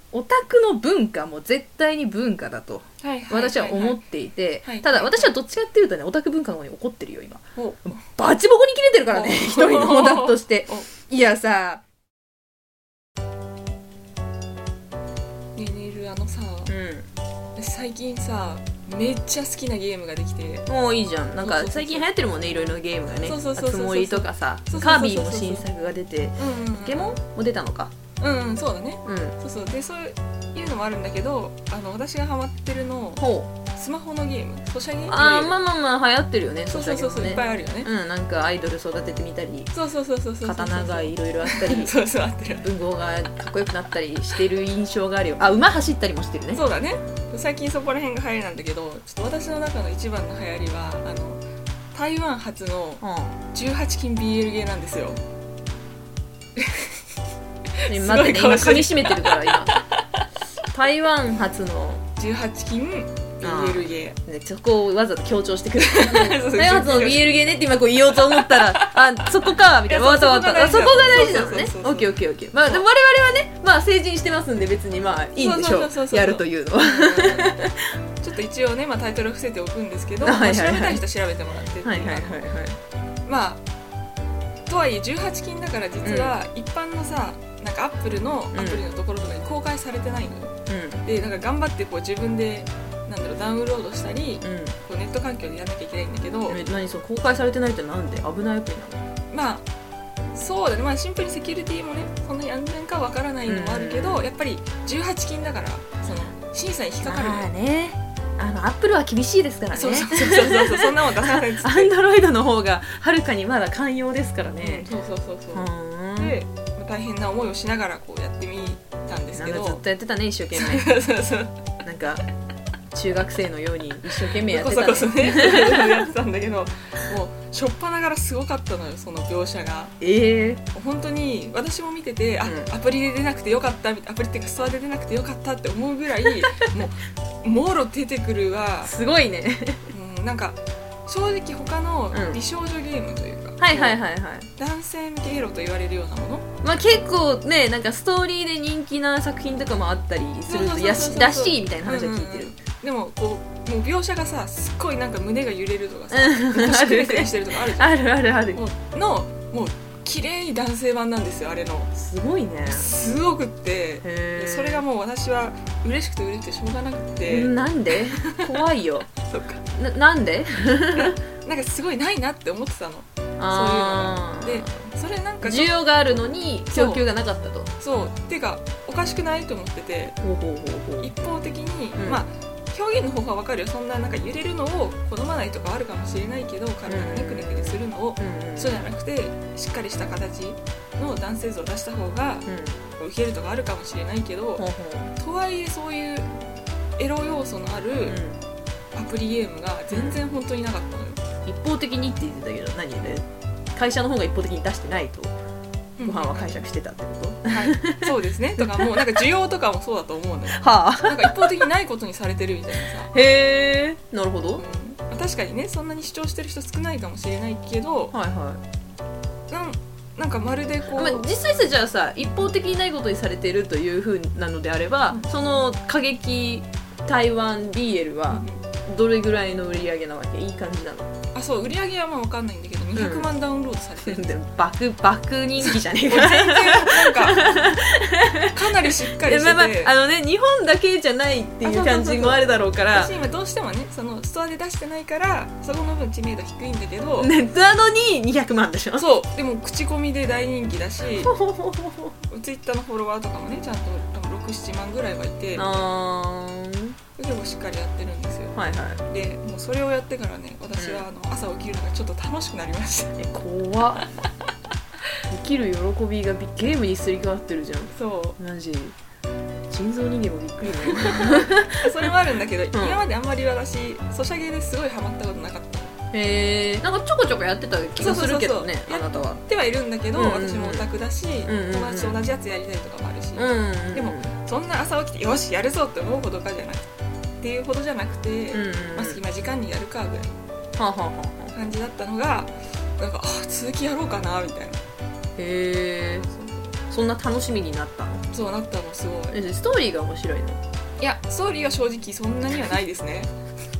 オタクの文化も絶対に文化だと私は思っていて、ただ私はどっちかっていうとね、オタク文化の方に怒ってるよ今。バチボコに切れてるからね一人のオタクとして。いやさねねるさ、最近さめっちゃ好きなゲームができて。 もういいじゃん。なんか最近流行ってるもんね、いろいろなゲームがね。つもりとかさ、カービィも新作が出て、ポケモンも出たのか。 そうだね。そうでそういうのもあるんだけど、私がハマってるのスマホのゲーム、ソシャゲ。 まあ流行ってるよね。 そういっぱいあるよね。 なんかアイドル育ててみたり、刀がいろいろあったり、 合ってる。 文豪がかっこよくなったりしてる印象があるよ。馬走ったりもしてるね。 そうだね。最近そこら辺が流行りなんだけど、ちょっと私の中の一番の流行りは台湾発の18禁 BL ゲーなんですよ。 待ってね、今噛み締めてるから今。台湾発の 18禁 BL ゲー、 そこをわざと強調してくる。台湾発の BL ゲーねって今こう言おうと思ったらそこかみたいな。わざわざそこが大事なのね。オッケーオッケーオッケー。まあ我々はね、まあ成人してますんで別にまあいいんでしょう、やるというのは。 ちょっと一応ね、タイトル伏せておくんですけど、調べたい人は調べてもらってっていう。まあとはいえ18禁だから実は一般のさ、なんかアップルのアプリのところとかに公開されてないのよ。でなんか頑張ってこう自分でダウンロードしたり、こうネット環境でやんなきゃいけないんだけど。 何そう公開されてないってなんで危ないアプリなの？ まあそうだね、シンプルにセキュリティもねそんなに安全かわからないのもあるけど、やっぱり18禁だからその審査に引っかかるのよね。アップルは厳しいですからね。 そうそんなもん出さないっつって。 アンドロイドの方がはるかにまだ寛容ですからね。 そうで大変な思いをしながらこうやってみたんですけど、 ずっとやってたね、一生懸命。なんか中学生のように一生懸命やってたね。 そねやってたんだけど、もうしょっぱながらすごかったのよ、その描写が。本当に私も見てて、アプリで出なくてよかった、アプリっていうかストアで出なくてよかったって思うぐらいもうもろ出てくるわ。 すごいね。 なんか正直他の美少女ゲームというか、男性向けエロと言われるようなもの、 結構ね、なんかストーリーで人気な作品とかもあったりするらしいみたいな話は聞いてる。 でもこうもう描写がさ、すっごいなんか胸が揺れるとかさ、腰くねくねしてるとかあるじゃん。あるのもう綺麗に男性版なんですよ、あれの。 すごいね。 すごくって、それがもう私は嬉しくてしょうがなくて。 なんで？怖いよ。 そっか。 なんで？ なんかすごいないなって思ってたの。そういうのが。で、それなんか需要があるのに供給がなかったと。 そう。っていうかおかしくないと思ってて。一方的に、表現の方法は分かるよ。そんななんか揺れるのを好まないとかあるかもしれないけど、体がネクネクでするのを、そうじゃなくてしっかりした形の男性像を出した方が受けるとかあるかもしれないけど、とはいえそういうエロ要素のあるアプリゲームが全然本当になかったのよ。 一方的にって言ってたけど、何で会社の方が一方的に出してないとご飯は解釈してたってこと？ そうですね。とかもうなんか需要とかもそうだと思うのよ。なんか一方的にないことにされてるみたいなさ。 へー、なるほど。 確かにね、そんなに主張してる人少ないかもしれないけど、なんかまるでこう、 実際さ、じゃあさ、一方的にないことにされてるという風なのであれば、その過激台湾 BL はどれぐらいの売り上げなわけ？いい感じなの？ そう、売り上げは分かんないんだけど200万ダウンロードされてる。 爆人気じゃねえか。 全然なんかかなりしっかりしてて、 日本だけじゃないっていう感じもあるだろうから。 私今どうしてもね、そのストアで出してないからそこの分知名度低いんだけど、 ネットなのに200万でしょ。 そう、でも口コミで大人気だしツイッターのフォロワーとかもね、ちゃんと多分 6,7 万ぐらいはいて、結構しっかりやってるんですよ。でもうそれをやってからね、私は朝起きるのがちょっと楽しくなりました。 怖っ。生きる喜びがゲームにすり替わってるじゃん。 そう、 マジ人造人間もびっくりね。 それもあるんだけど、今まであんまり私ソシャゲですごいハマったことなかったの。 なんかちょこちょこやってた気がするけどね。あなたはやってはいるんだけど、私もオタクだし、友達と同じやつやりたいとかもあるし、でもそんな朝起きてよしやるぞって思うほどかじゃなくてっていうほどじゃなくて、隙間時間にやるかぐらいの感じだったのが、なんか続きやろうかなみたいな。 へえ、そそんな楽しみになったの？ そうなったの。すごい。 ストーリーが面白いの？ いやストーリーは正直そんなにはないですね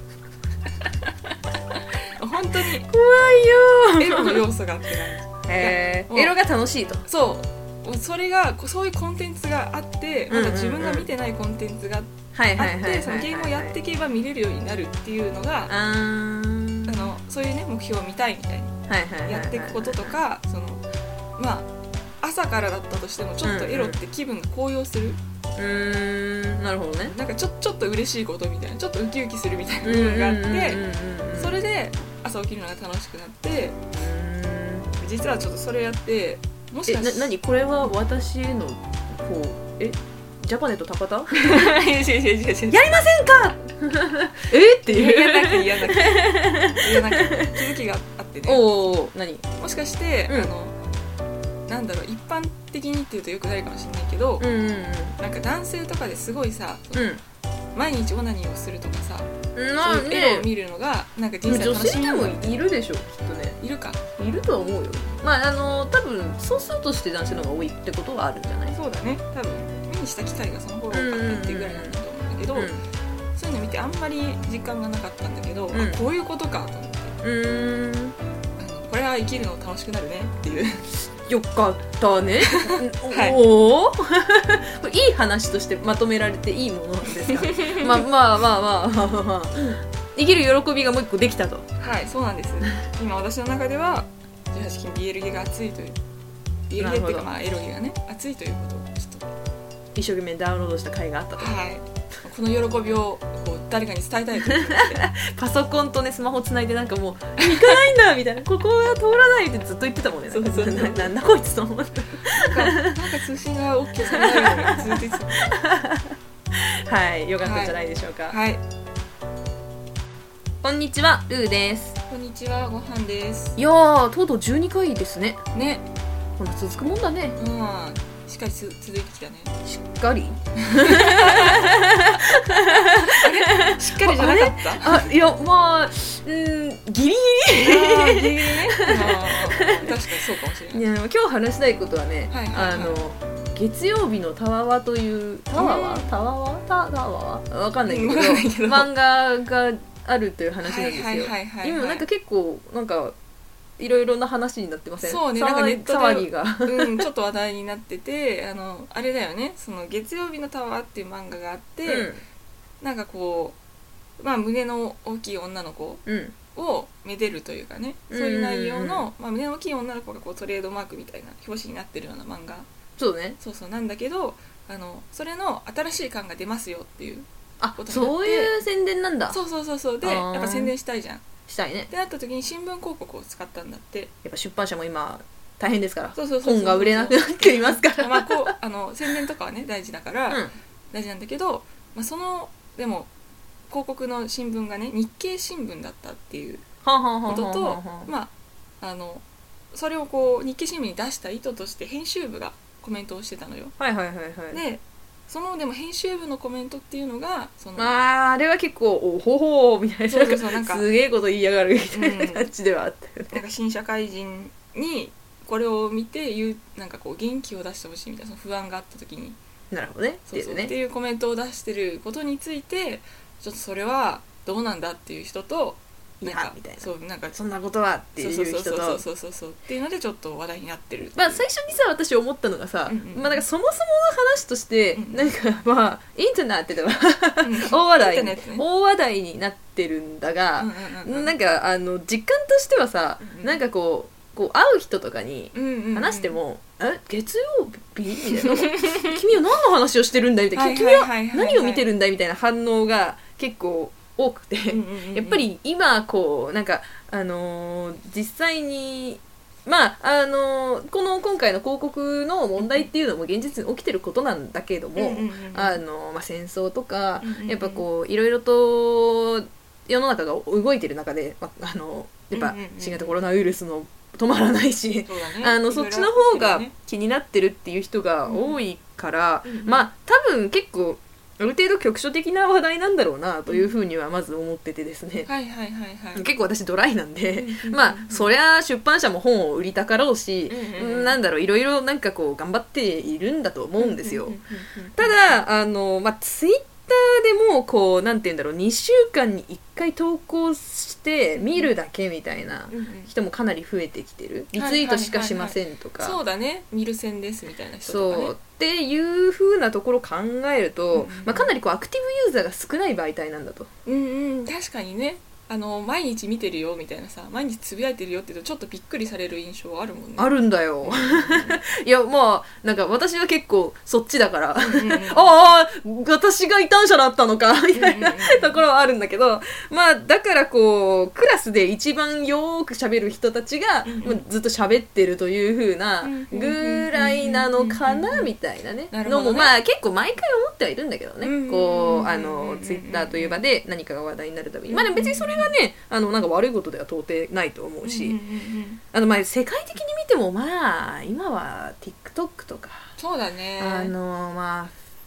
本当に怖いよエロの要素があってエロが楽しいと。 そうそれがそういうコンテンツがあってまだ自分が見てないコンテンツがあってそのゲームをやっていけば見れるようになるっていうのがそういうね目標を見たいみたいにやっていくこととかそのまあ朝からだったとしてもちょっとエロって気分が高揚する、 なるほどね。 なんかちょっと嬉しいことみたいなちょっとウキウキするみたいな部分があってそれで朝起きるのが楽しくなって実はちょっとそれやってもしかして何これは私へのこうジャパネット高田やりませんかっていう嫌な気づきがあってね何もしかして、なんだろう一般的にっていうとよくないかもしれないけど、なんか男性とかですごいさ、毎日オナニーをするとかさ、そういう絵を見るのがなんか人生楽しみ。 女性でもいるでしょきっとね。 いるかいるとは思うよ。まあ多分総数として男性の方が多いってことはあるんじゃない？ そうだね。多分目にした機会がその頃多かったっていうぐらいなんだと思うんだけど、そういうの見てあんまり実感がなかったんだけど、こういうことかと思って。これは生きるの楽しくなるねっていう。 よかったねいい話としてまとめられていいものなんですかまあ生きる喜びがもう一個できたと。はいそうなんです。今私の中では18禁 BL ゲが熱いという BL ゲっていうかまあエロゲがね熱いということをちょっと一生懸命ダウンロードした回があったと。この喜びをこう誰かに伝えたいと思ってパソコンとねスマホつないでなんかもう行かないんだみたいなここは通らないってずっと言ってたもんね。そうなんだこいつと思ってなんか通信が OK されないようにずっと言ってたはいよかったんじゃないでしょうか。こんにちはルーです。こんにちはごはんです。いやーとうとう12回ですね。こんな続くもんだね。しっかり続いてきたね。しっかりしっかりじゃなかったいやまあギリギリね確かにそうかもしれない。いや今日話したいことはね月曜日のたわわというたわわわかんないけど漫画があるという話なんですよ。今なんか結構なんかいろいろな話になってません？そうね、なんかネットで騒ぎがちょっと話題になっててあれだよねその月曜日のタワーっていう漫画があって、なんかこうまあ胸の大きい女の子をめでるというかね、そういう内容の、まあ、胸の大きい女の子がこうトレードマークみたいな表紙になってるような漫画そうなんだけどそれの新しい巻が出ますよっていうことになって、そういう宣伝なんだ。そうでやっぱ宣伝したいじゃん。したいねってなった時に新聞広告を使ったんだって。やっぱ出版社も今大変ですから本が売れなくなっていますからまあこう宣伝とかはね大事だから、大事なんだけど、まあ、そのでも広告の新聞がね日経新聞だったっていうこととまあそれをこう日経新聞に出した意図として編集部がコメントをしてたのよ。でそのでも編集部のコメントっていうのがあれは結構おほほみたいななんかすげえこと言いやがるみたいな感じではあったよね。なんか新社会人にこれを見てなんかこう元気を出してほしいみたいなその不安があった時になるほどねっていうコメントを出してることについてちょっとそれはどうなんだっていう人となんかみたいな、そうなんかそんなことはっていう人とそうっていうのでちょっと話題になってる。まあ最初にさ私思ったのがさ、まあなんかそもそもの話として、なんかまあインターネットでは大話題になってるんだが、なんか実感としてはさ、なんかこう会う人とかに話しても、月曜日みたいな君は何の話をしてるんだみたいな、君は何を見てるんだみたいな反応が結構多くて、やっぱり今こうなんか実際にまあ今回の広告の問題っていうのも現実に起きてることなんだけども、まあ、戦争とか、やっぱこういろいろと世の中が動いてる中で、やっぱ新型コロナウイルスの止まらないし、そっちの方が気になってるっていう人が多いから、まあ多分結構ある程度局所的な話題なんだろうなというふうにはまず思っててですね、 はいはいはいはい、 結構私ドライなんで、まあそりゃ出版社も本を売りたかろうし、なんだろういろいろなんかこう頑張っているんだと思うんですよ。ただまあツイッターでもこうなんて言うんだろう、2週間に1回投稿して見るだけみたいな人もかなり増えてきてる。リツイートしかしませんとか、 そうだね、見る線ですみたいな人とかね、 そうっていう風なところを考えると、まあ、かなりこうアクティブユーザーが少ない媒体なんだと。 確かにね、毎日見てるよみたいなさ、毎日つぶやいてるよって言うとちょっとびっくりされる印象あるもんね。 あるんだよいやまあなんか私は結構そっちだからああ私が異端者だったのかみたいなところはあるんだけど、まあだからこうクラスで一番よーく喋る人たちがずっと喋ってるという風なぐらいなのかなみたいなねのもまあ結構毎回思ってはいるんだけどね、こうツイッターという場で何かが話題になるたびに、まあでも別にそれがねなんか悪いことでは到底ないと思うし、まあ世界的に見てもまあ今は TikTok とか、 そうだね、 まあ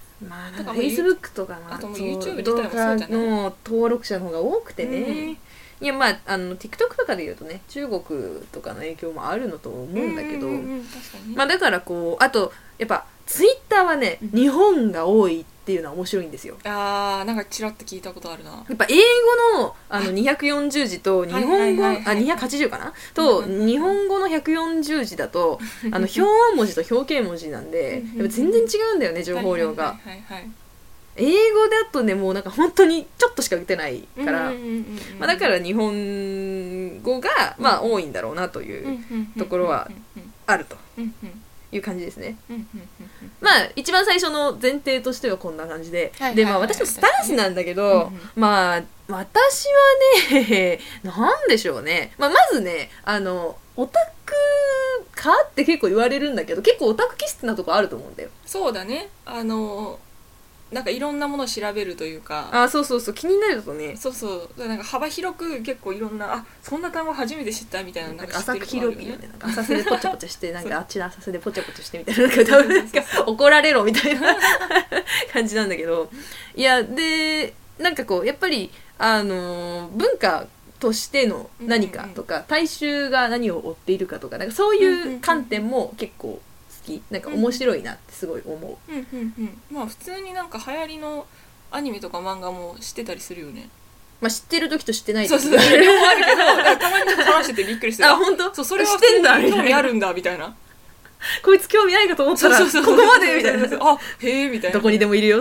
Facebook とか、 あともう YouTube 自体もそうじゃない、 の登録者の方が多くてね、いやまあTikTok とかで言うとね中国とかの影響もあるのと思うんだけど、まあだからこうあとやっぱツイッターはね、日本が多いっていうのは面白いんですよ。 なんかチラッと聞いたことあるな。やっぱ英語の240字と日本語280かなと日本語の140字だと表音文字と表記文字なんでやっぱ全然違うんだよね、情報量が。英語だとねもうなんか本当にちょっとしか打てないから、まあだから日本語がまあ多いんだろうなというところはあるという感じですね。まあ一番最初の前提としてはこんな感じで、でまあ私のスタンスなんだけど、まあ私はねなんでしょうね、まあまずねオタクかって結構言われるんだけど、結構オタク気質なとこあると思うんだよ。 そうだね、なんかいろんなものを調べるというか、 そう気になるとね、 なんか幅広く結構いろんな、そんな単語初めて知ったみたいな、なんか浅く広くよね、なんか浅瀬でポチャポチャしてなんかあっちの浅瀬でポチャポチャしてみたいな、なんか怒られろみたいな感じなんだけど、いやでなんかこうやっぱり文化としての何かとか、大衆が何を追っているかとか、なんかそういう観点も結構なんか面白いなってすごい思う。 まあ普通になんか流行りのアニメとか漫画も知ってたりするよね。 まあ知ってる時と知ってない時両方あるけどたまにちょっと話しててびっくりする。 本当？ それは普通に興味あるんだみたいな。 こいつ興味ないかと思ったらここまでみたいな。 へえみたいな。 どこにでもいるよ。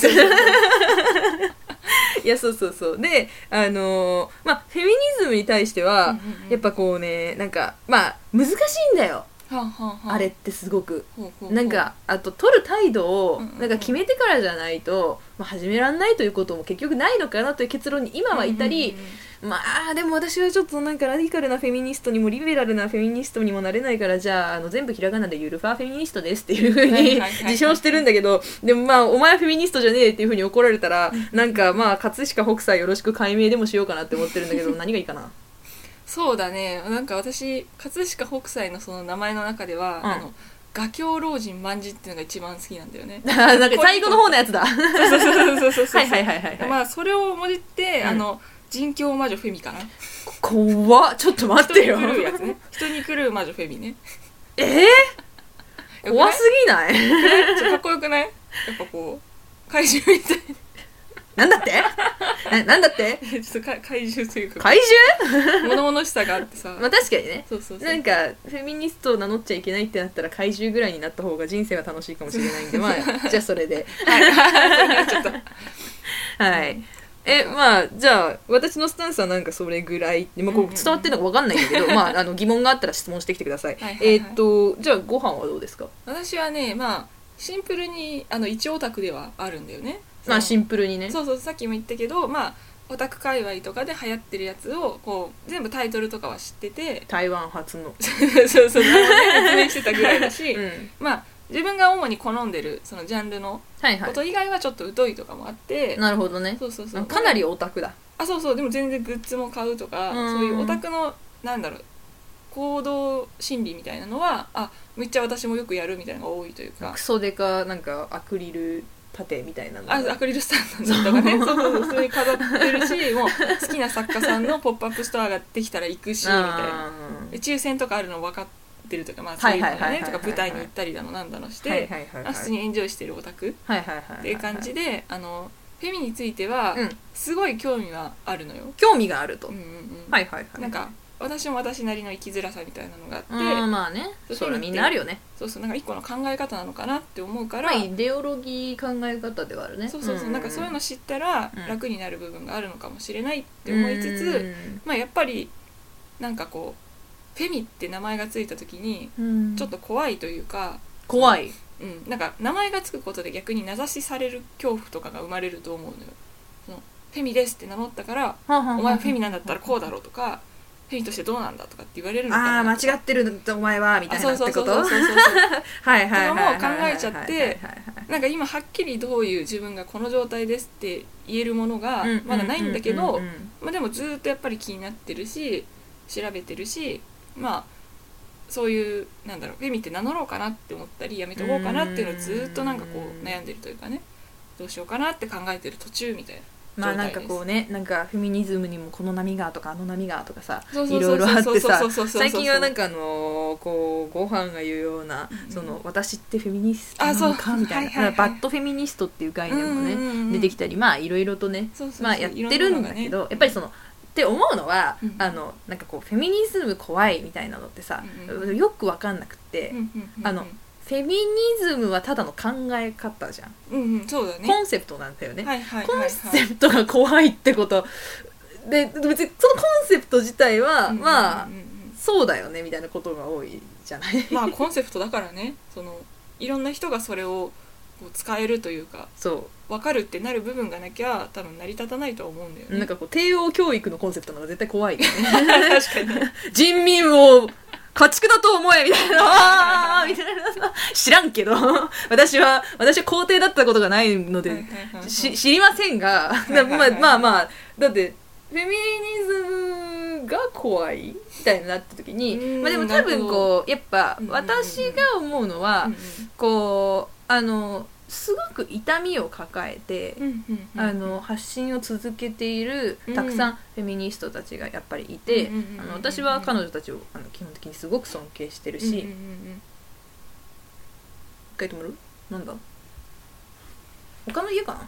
いやそうでまあフェミニズムに対してはやっぱこうねなんかまあ難しいんだよ。あれってすごくなんかあと取る態度をなんか決めてからじゃないと、まあ、始めらんないということも結局ないのかなという結論に今はいたり、まあでも私はちょっとなんかラディカルなフェミニストにもリベラルなフェミニストにもなれないから、じゃあ全部ひらがなでゆるファーフェミニストですっていう風に自称してるんだけど、でもまあお前はフェミニストじゃねえっていう風に怒られたらなんかまあ葛飾北斎よろしく解明でもしようかなって思ってるんだけど何がいいかな。 そうだね、なんか私葛飾北斎のその名前の中では、画狂老人万事っていうのが一番好きなんだよね。 なんか最後の方のやつだ。 そうまあそれをもじって、人狂魔女フェミかな。 怖っ、ちょっと待ってよ。 人に来るやつね。人に来る魔女フェミね。 怖すぎない？ かっこよくない？やっぱこう怪獣みたいなんだってなんだってちょっと怪獣というか怪獣物々しさがあってさ、 まあ確かにね。 そうなんかフェミニストを名乗っちゃいけないってなったら怪獣ぐらいになった方が人生は楽しいかもしれないんでまあじゃあそれでちょっとはいまあじゃあ私のスタンスはなんかそれぐらい、まあ、こう伝わってるのか分かんないんだけど、まあ疑問があったら質問してきてください。じゃあご飯はどうですか？ 私はねまあシンプルに一オタクではあるんだよね。 まあシンプルにね。 そうさっきも言ったけどまあオタク界隈とかで流行ってるやつをこう全部タイトルとかは知ってて、 台湾発のそう説明してたぐらいだし、まあ自分が主に好んでるそのジャンルのこと以外はちょっと疎いとかもあって、 なるほどね。 そうかなりオタクだ。 そうでも全然グッズも買うとか、そういうオタクのなんだろう行動心理みたいなのはめっちゃ私もよくやるみたいなのが多いというか、 クソデカなんかアクリル盾みたいなのアクリルスタンドとかねそう普通に飾ってるしもう好きな作家さんのポップアップストアができたら行くしみたいな抽選とかあるの分かってるとか、まあ、そういうのねとか舞台に行ったりだのなんだのして普通にエンジョイしてるオタクっていう感じでフェミについてはすごい興味はあるのよ。 興味があると、 なんか私も私なりの生きづらさみたいなのがあって、 まあねそれみんなあるよね。 そうなんか一個の考え方なのかなって思うから、 イデオロギー考え方ではあるね。 なんかそういうの知ったら楽になる部分があるのかもしれないって思いつつ、まあやっぱりなんかこうフェミって名前がついた時にちょっと怖いというか、 怖い、 なんか名前がつくことで逆に名指しされる恐怖とかが生まれると思うのよ。そのフェミですって名乗ったからお前はフェミなんだったらこうだろうとかフェミとしてどうなんだとかって言われるのかな、 間違ってるお前はみたいなってことはいもう考えちゃってなんか今はっきりどういう自分がこの状態ですって言えるものがまだないんだけど、でもずっとやっぱり気になってるし調べてるし、まあそういうなんだろうフェミって名乗ろうかなって思ったりやめておこうかなっていうのをずっとなんかこう悩んでるというかね、どうしようかなって考えてる途中みたいな。 まあなんかこうね、なんかフェミニズムにもこの波がとかあの波がとかさいろいろあってさ、最近はなんかこうご飯が言うようなその私ってフェミニストなのかみたいなバッドフェミニストっていう概念もね出てきたり、まあいろいろとねまあやってるんだけど、やっぱりそのって思うのはなんかこうフェミニズム怖いみたいなのってさよく分かんなくってフェミニズムはただの考え方じゃん、 そうだね、 コンセプトなんだよね、コンセプトが怖いってことで別にそのコンセプト自体はまあそうだよねみたいなことが多いじゃないまあコンセプトだからね、いろんな人がそれをこう使えるというか分かるってなる部分がなきゃ多分成り立たないとは思うんだよね。 なんかこう帝王教育のコンセプトの方が絶対怖いよね確かに人民を家畜だと思えみたいなみたいな知らんけど私は皇帝だったことがないので知りませんがまあだってフェミニズムが怖いみたいになった時にでも多分こうやっぱ私が思うのはこうすごく痛みを抱えて発信を続けているたくさんフェミニストたちがやっぱりいて、私は彼女たちを基本的にすごく尊敬してるし、書いてもらう？なんだ？他の家かな？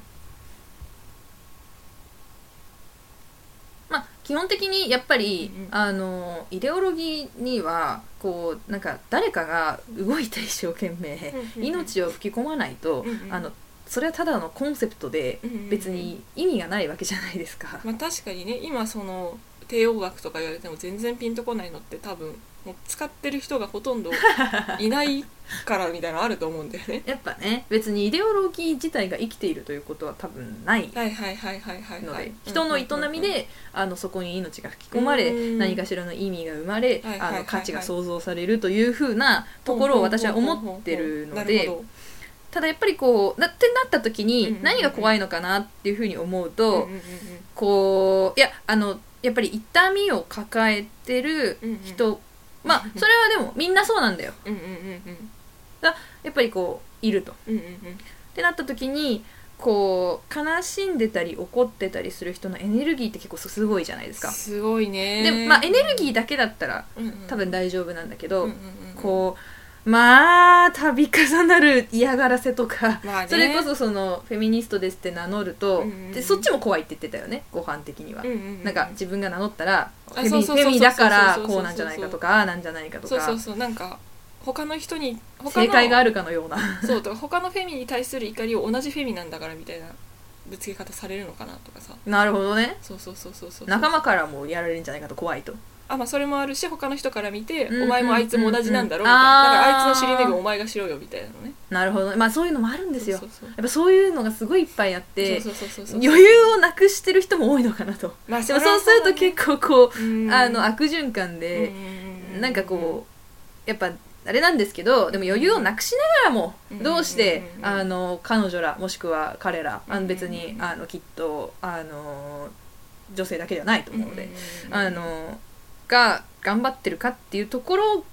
まあ基本的にやっぱり、イデオロギーにはこうなんか誰かが動いて一生懸命命を吹き込まないと、それはただのコンセプトで別に意味がないわけじゃないですか。 まあ、確かにね、今その帝王学とか言われても全然ピンとこないのって多分もう使ってる人がほとんどいないからみたいなのあると思うんだよね。 やっぱね、別にイデオロギー自体が生きているということは多分ないので、人の営みでそこに命が吹き込まれ、何かしらの意味が生まれ、価値が創造されるというふうなところを私は思ってるので、ただやっぱりこうってなった時に何が怖いのかなっていうふうに思うと、こうやっぱり痛みを抱えてる人、まあそれはでもみんなそうなんだよ、がやっぱりこういると、ってなった時にこう悲しんでたり怒ってたりする人のエネルギーって結構すごいじゃないですか。 すごいね。 でまあエネルギーだけだったら多分大丈夫なんだけど、こうまあ度重なる嫌がらせとか、それこそそのフェミニストですって名乗ると、でそっちも怖いって言ってたよね、ご飯的には。なんか自分が名乗ったらフェミだからこうなんじゃないかとかなんじゃないかとか、 そうなんか他の人に正解があるかのようなそうとか他のフェミに対する怒りを同じフェミなんだからみたいなぶつけ方されるのかなとかさ。 なるほどね。 そう仲間からもやられるんじゃないかと怖いと。 まあそれもあるし、他の人から見て、お前もあいつも同じなんだろうみたいな、だからあいつの尻拭いお前がしろよみたいなのね。 なるほど、まあそういうのもあるんですよ。やっぱそういうのがすごいいっぱいあって、余裕をなくしてる人も多いのかなと。でもそうすると結構こう悪循環でなんかこうやっぱあれなんですけど、でも余裕をなくしながらもどうして彼女らもしくは彼ら別にきっと女性だけではないと思うのでが頑張ってるかっていうところ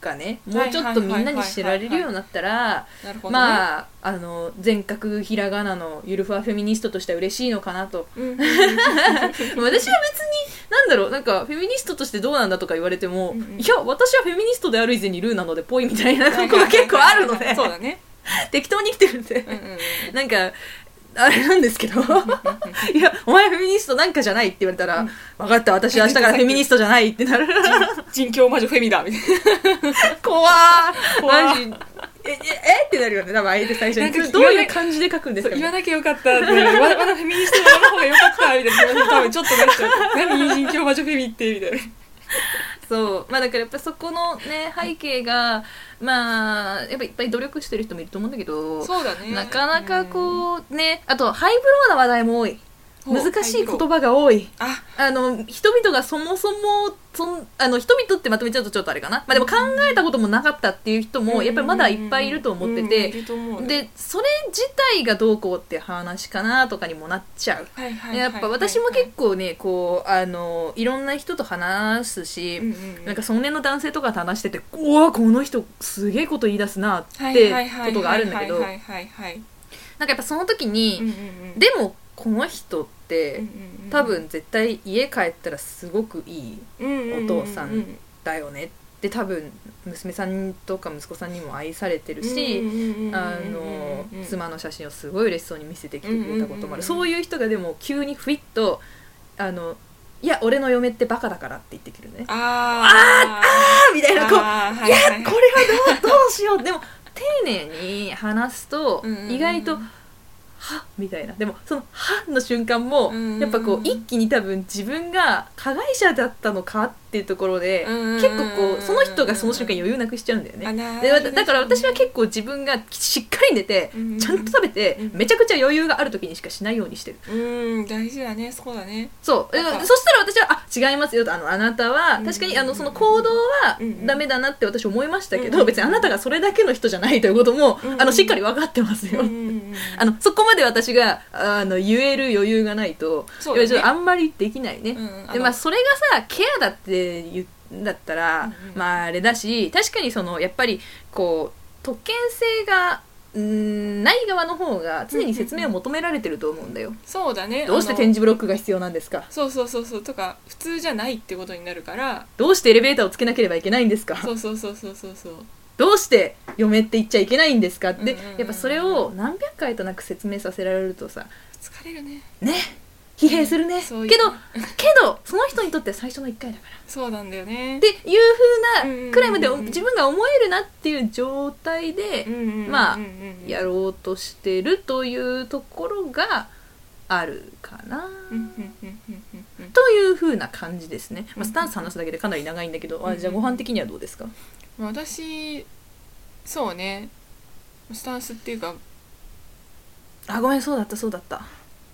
かね、もうちょっとみんなに知られるようになったら、まあ全角ひらがなのゆるふわフェミニストとしては嬉しいのかなと、私は別になんだろう、なんかフェミニストとしてどうなんだとか言われても、いや私はフェミニストである以前にルーなのでぽいみたいなところが結構あるので、 そうだね、 適当に生きてるんで、なんかあれなんですけどいやお前フェミニストなんかじゃないって言われたら、分かった私は明日からフェミニストじゃないってなる人狂魔女フェミだみたいな怖ーマジってなるよね、多分相手最初にどういう感じで書くんですか、 言わなきゃよかったってまだフェミニストの方がよかったみたいな多分ちょっとなっちゃう何人狂魔女フェミってみたいなそう、まあだからやっぱそこのね背景がまあやっぱいっぱい努力してる人もいると思うんだけど、 そうだね、 なかなかこうね、あとハイブローな話題も多い、難しい言葉が多い、人々がそもそも人々ってまとめちゃうとちょっとあれかな、まあ、でも考えたこともなかったっていう人もやっぱりまだいっぱいいると思ってて、でそれ自体がどうこうって話かなとかにもなっちゃう。やっぱ私も結構ねこういろんな人と話すし、なんかその年の男性とかと話してて、うわこの人すげえこと言い出すなってことがあるんだけど、なんかやっぱその時に、でもこの人って多分絶対家帰ったらすごくいいお父さんだよねって多分娘さんとか息子さんにも愛されてるし、妻の写真をすごい嬉しそうに見せてきてくれたこともある、そういう人がでも急にフイッといや俺の嫁ってバカだからって言ってくるね、みたいな、こういやこれはどうしようでも丁寧に話すと意外とはみたいな、でもそのはの瞬間もやっぱこう一気に多分自分が加害者だったのかっていうところで結構こうその人がその瞬間余裕なくしちゃうんだよね。でだから私は結構自分がしっかり寝てちゃんと食べてめちゃくちゃ余裕がある時にしかしないようにしてる。 大事だね、そうだね。 そうそしたら私は違いますよと、あなたは確かにその行動はダメだなって私思いましたけど、別にあなたがそれだけの人じゃないということもしっかり分かってますよそこまで私が言える余裕がないと、あんまりできないね。でまあそれがさケアだって言うんだったら、まああれだし、確かにそのやっぱりこう特権性がない側の方が常に説明を求められてると思うんだよ。 そうだね。 どうして点字ブロックが必要なんですか。 そうとか普通じゃないってことになるから、 どうしてエレベーターをつけなければいけないんですか。そうどうして嫁って言っちゃいけないんですかって、やっぱそれを何百回となく説明させられるとさ疲れるね。 疲弊するね。けどその人にとっては最初の1回だから。 そうなんだよね。 っていう風なくらいまで自分が思えるなっていう状態でまあやろうとしてるというところがあるかなという風な感じですね。まあ、スタンス話すだけでかなり長いんだけど、じゃあご飯的にはどうですか。 私そうね、スタンスっていうか、 ごめんそうだった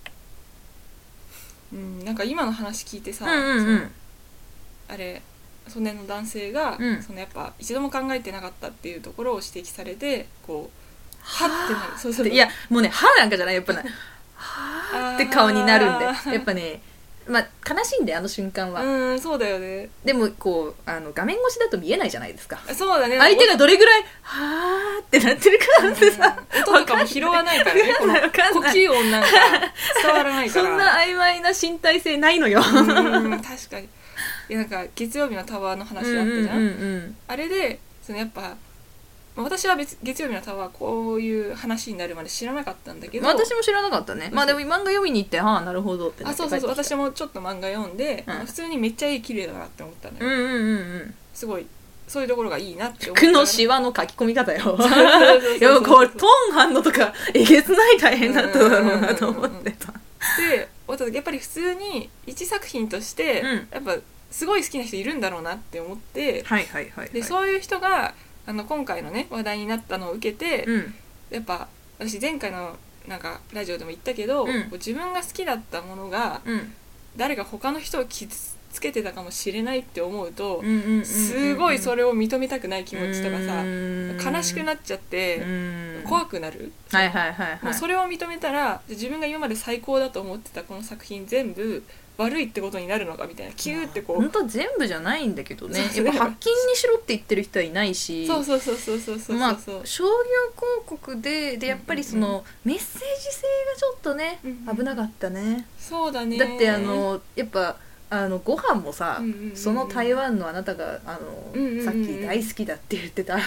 なんか今の話聞いてさ、あれその男性が、そのやっぱ一度も考えてなかったっていうところを指摘されて、こうはってなる。いやもうねはなんかじゃない、やっぱねはって顔になるんで、やっぱねまあ悲しいんで瞬間は。 そうだよね。 でもこう画面越しだと見えないじゃないですか。 そうだね。 相手がどれぐらいはーってなってるかってさ、 音とかも拾わないからね。この呼吸音なんか伝わらないから。 そんな曖昧な身体性ないのよ。 確かに。いやなんか月曜日のタワーの話あったじゃん。あれでそのやっぱ。私は月曜日のタワーこういう話になるまで知らなかったんだけど、 私も知らなかったね。まあでも漫画読みに行ってなるほどってなって帰ってきた。 私もちょっと漫画読んで、普通にめっちゃ絵綺麗だなって思ったのよ。すごいそういうところがいいなって思った。 服のシワの書き込み方よ。いやこれトーン反応とかえげつない大変だっただろうなと思ってた。 でやっぱり普通に一作品として、やっぱすごい好きな人いるんだろうなって思って、でそういう人が今回のね話題になったのを受けて、やっぱ私前回のなんかラジオでも言ったけど、自分が好きだったものが、誰か他の人を傷つけてたかもしれないって思うと、すごいそれを認めたくない気持ちとかさ、悲しくなっちゃって怖くなる。もうそれを認めたら自分が今まで最高だと思ってたこの作品全部悪いってことになるのかみたいな、キューってこう本当全部じゃないんだけどね、やっぱ発禁にしろって言ってる人はいないし、 まあ商業広告でやっぱりその、メッセージ性がちょっとね、危なかったね。 そうだね。 だってやっぱご飯もさ、その台湾のあなたがさっき大好きだって言ってた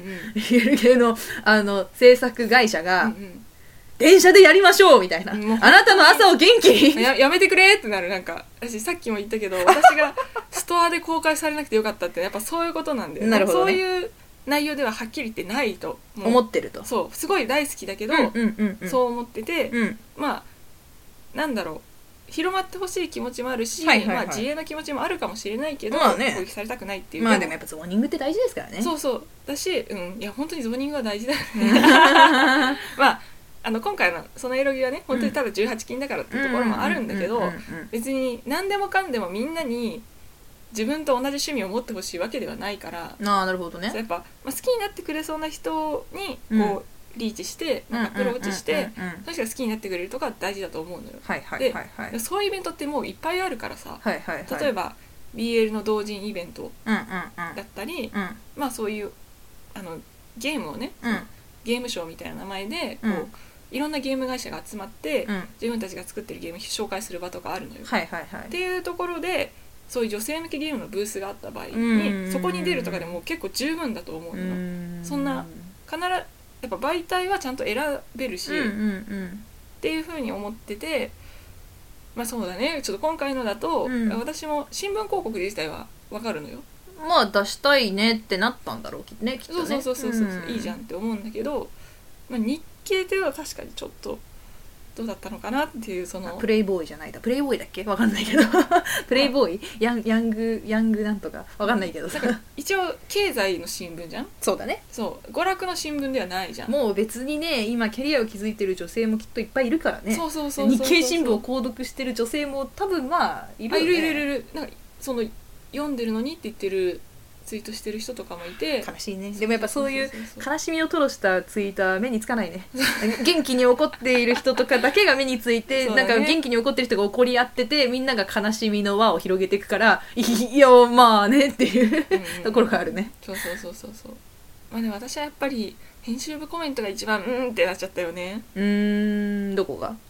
BL系の制作会社が、電車でやりましょうみたいな、あなたの朝を元気にやめてくれってなる。なんか私さっきも言ったけど、私がストアで公開されなくてよかったってやっぱそういうことなんだよね。なるほどね。そういう内容でははっきり言ってないと思ってると。 そうすごい大好きだけど、そう思ってて、まあなんだろう、広まってほしい気持ちもあるし、自衛の気持ちもあるかもしれないけど、攻撃されたくないっていう。 でもやっぱゾーニングって大事ですからね。 そうだし、いや本当にゾーニングは大事だよねまあ今回のそのエロギはね本当にただ18禁だからっていうところもあるんだけど、別に何でもかんでもみんなに自分と同じ趣味を持ってほしいわけではないから。 なるほどね。 やっぱ、好きになってくれそうな人にこう、リーチしてアプローチしてその人が好きになってくれるとか大事だと思うのよ。でそういうイベントってもういっぱいあるからさ、例えば BL の同人イベントだったり、まあそういうゲームをね、ゲームショーみたいな名前でこう、いろんなゲーム会社が集まって、自分たちが作ってるゲームを紹介する場とかあるのよ。っていうところでそういう女性向けゲームのブースがあった場合に、そこに出るとかでも結構十分だと思うのよ。そんな必ずやっぱ媒体はちゃんと選べるし、っていう風に思ってて、まあそうだね。ちょっと今回のだと、私も新聞広告自体は分かるのよ。 まあ出したいねってなったんだろうね、きっとね。 そう、いいじゃんって思うんだけど、日系では確かにちょっとどうだったのかなっていう。そのプレイボーイじゃないだ、プレイボーイだっけわかんないけどプレイボーイヤングなんとかわかんないけどさ、 一応経済の新聞じゃん。 そうだね。 そう娯楽の新聞ではないじゃん。 もう別にね、今キャリアを築いてる女性もきっといっぱいいるからね。日経新聞を購読してる女性も多分まあいるよね。いる。なんかその読んでるのにって言ってるツイートしてる人とかもいて、 悲しいね。でもやっぱそういう悲しみを吐露したツイートは目につかないね元気に怒っている人とかだけが目について、なんか元気に怒ってる人が怒り合ってて、みんなが悲しみの輪を広げていくから、いやまあねっていうところがあるね。 そうまあね、私はやっぱり編集部コメントが一番ってなっちゃったよね。 どこが？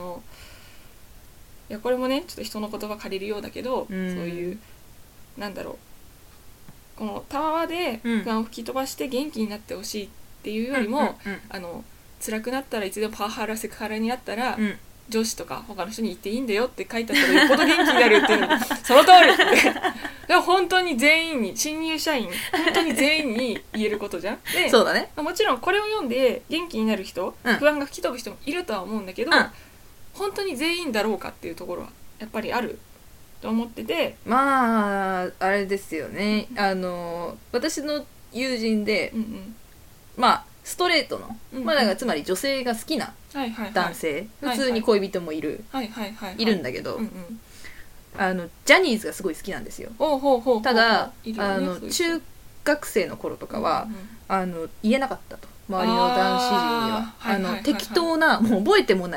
いやこれもねちょっと人の言葉借りるようだけど、そういうなんだろう、このタワーで不安を吹き飛ばして元気になってほしいっていうよりも、辛くなったらいつでもパワハラセクハラになったら、上司とか他の人に言っていいんだよって書いてあったらよっぽど元気になるっていうのその通りってでも本当に全員に、新入社員本当に全員に言えることじゃん。でそうだね。 もちろんこれを読んで元気になる人、不安が吹き飛ぶ人もいるとは思うんだけど、本当に全員だろうかっていうところはやっぱりあると思ってて、 まああれですよね。私の友人で、まあストレートの、まあだからつまり女性が好きな男性、普通に恋人もいるんだけど、ジャニーズがすごい好きなんですよ。ただ中学生の頃とかは言えなかったと、周りの男子陣には。適当な、もう覚えてもない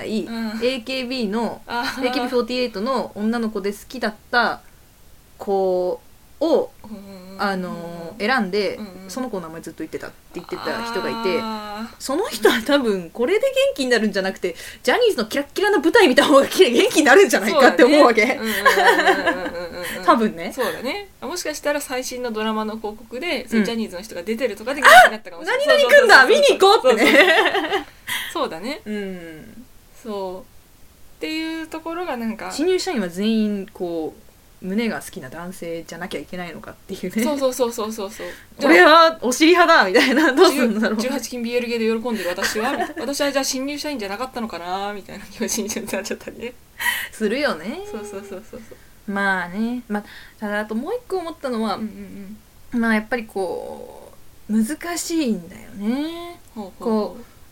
AKB48 の女の子で好きだった子を選んで、その子の名前ずっと言ってたって言ってた人がいて、その人は多分これで元気になるんじゃなくて、ジャニーズのキラッキラな舞台見た方が元気になるんじゃないかって思うわけ。多分ね。 そうだね。もしかしたら最新のドラマの広告で、ジャニーズの人が出てるとかで元気になったかもしれない。 何々くんだ、見に行こうってね。 そうだね。そうっていうところがなんか、 新入社員は全員こう胸が好きな男性じゃなきゃいけないのかっていうね。 そう俺はお尻派だみたいな、どうするんだろう。 18禁 BL ゲーで喜んでる私は私はじゃあ新入社員じゃなかったのかなみたいな気持ちになっちゃったりね。 するよね。 そうまあね。ただあともう一個思ったのは、まあやっぱりこう難しいんだよね。こう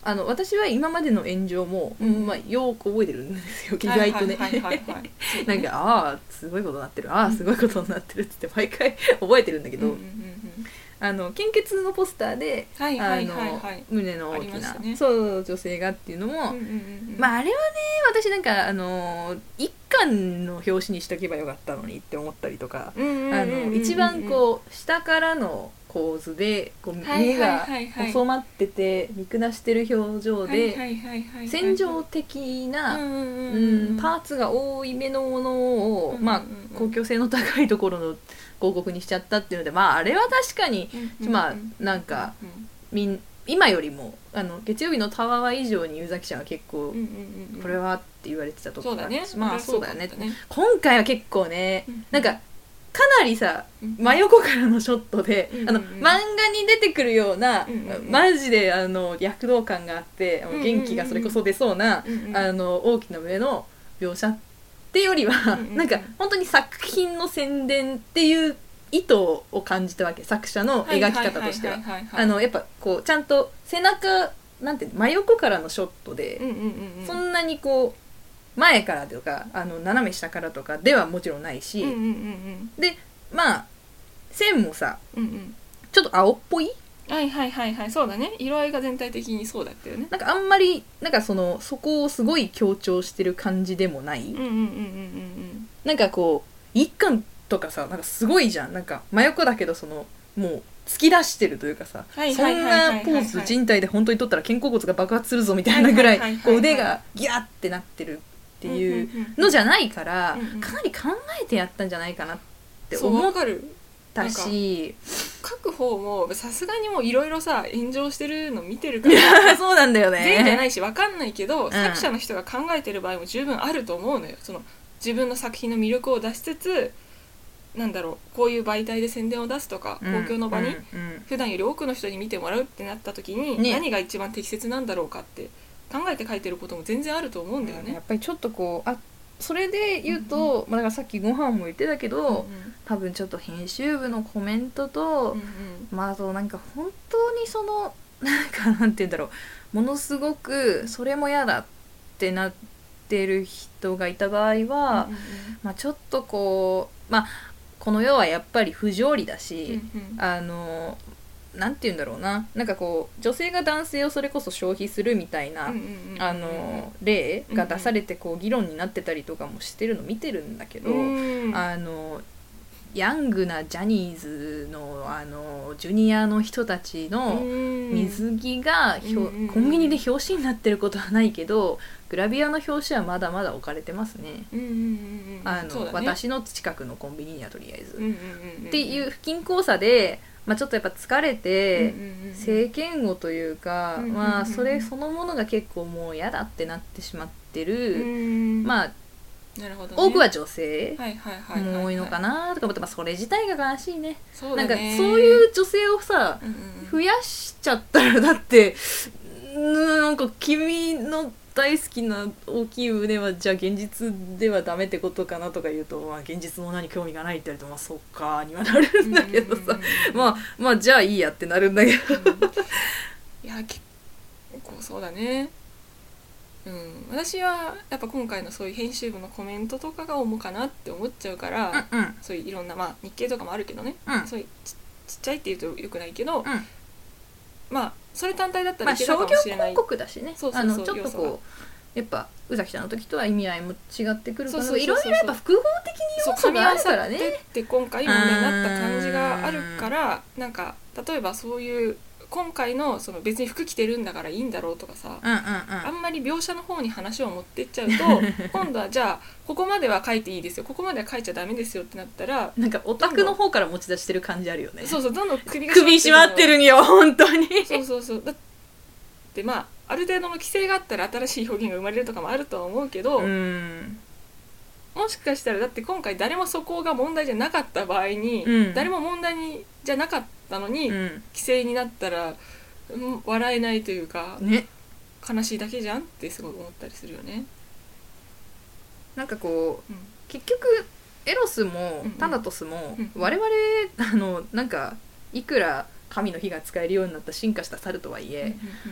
私は今までの炎上も、まあ、よく覚えてるんですよ意外とねなんかああすごいことになってるああすごいことになってるって毎回覚えてるんだけど、献血のポスターで胸の大きな、ね、そう女性がっていうのも、まああれはね私なんか一巻の表紙にしとけばよかったのにって思ったりとか、一番こう下からの構図でこう目が細まってて見下してる表情で戦場的なパーツが多い目のものを、まあ公共性の高いところの広告にしちゃったっていうので、まああれは確かにまあなんか今よりも月曜日のたわわ以上に湯崎ちゃんは結構これはって言われてたところが、まあそうだよね今回は結構ねなんかかなりさ真横からのショットで漫画に出てくるようなマジで躍動感があって元気がそれこそ出そうな大きな目の描写ってよりはなんか本当に作品の宣伝っていう意図を感じたわけ作者の描き方としてはやっぱこうちゃんと背中なんて真横からのショットでそんなにこう前からとか斜め下からとかではもちろんないし、でまあ線もさ、ちょっと青っぽいそうだね色合いが全体的にそうだったよねなんかあんまりなんかそこをすごい強調してる感じでもないなんかこう一巻とかさなんかすごいじゃんなんか真横だけどもう突き出してるというかさそんなポーズ人体で本当に撮ったら肩甲骨が爆発するぞみたいなぐらいこう腕がギャッってなってるっていうのじゃないからかなり考えてやったんじゃないかなって思ったし書く方もさすがにもういろいろさ炎上してるの見てるからそうなんだよね全員じゃないし分かんないけど、作者の人が考えてる場合も十分あると思うのよ自分の作品の魅力を出しつつなんだろうこういう媒体で宣伝を出すとか、公共の場に普段より多くの人に見てもらうってなった時に、何が一番適切なんだろうかって考えて書いてることも全然あると思うんだよね、 やっぱりちょっとこうそれで言うと、まあ、だからさっきご飯も言ってたけど、多分ちょっと編集部のコメントと、まああとなんか本当になんて言うんだろうものすごくそれも嫌だってなってる人がいた場合は、まあちょっとこうまあこの世はやっぱり不条理だし、なんて言うんだろうななんかこう女性が男性をそれこそ消費するみたいな例が出されてこう議論になってたりとかもしてるの見てるんだけど、ヤングなジャニーズのジュニアの人たちの水着がコンビニで表紙になってることはないけどグラビアの表紙はまだまだ置かれてますね、私の近くのコンビニにはとりあえず、っていう不均衡さでまあ、ちょっとやっぱ疲れて政権をというか、まあそれそのものが結構もう嫌だってなってしまってる、まあなるほどね、 多くは女性も多いのかなとか思って、まあ、それ自体が悲しいね。 そうだね、 なんかそういう女性をさ、増やしちゃったらだってなんか君の大好きな大きい胸はじゃあ現実ではダメってことかなとか言うと、まあ、現実の何興味がないって言われるとまあそっかにはなるんだけどさ、まあじゃあいいやってなるんだけど、 いや結構そうだね。私はやっぱ今回のそういう編集部のコメントとかが主かなって思っちゃうから、そういういろんな、まあ、日経とかもあるけどね、そういうちっちゃいって言うとよくないけど、まあそれ単体だったらいけたかもしれない、 商業広告だしね、ちょっとこうやっぱ宇崎ちゃんの時とは意味合いも違ってくるから、いろいろやっぱ複合的に要素があるからね。 って今回問題になった感じがあるから、なんか例えばそういう今回のその別に服着てるんだからいいんだろうとかさ、あんまり描写の方に話を持ってっちゃうと今度はじゃあここまでは書いていいですよここまでは書いちゃダメですよってなったらなんかオタクの方から持ち出してる感じあるよね。 そうどんどん首締まってるんよ本当に。 そうだってまあある程度の規制があったら新しい表現が生まれるとかもあるとは思うけど、もしかしたらだって今回誰もそこが問題じゃなかった場合に、誰も問題じゃなかったのに、規制になったら、笑えないというか、悲しいだけじゃんってすごい思ったりするよね。 なんかこう、結局エロスもタナトスも、我々なんかいくら神の火が使えるようになった進化した猿とはいえ、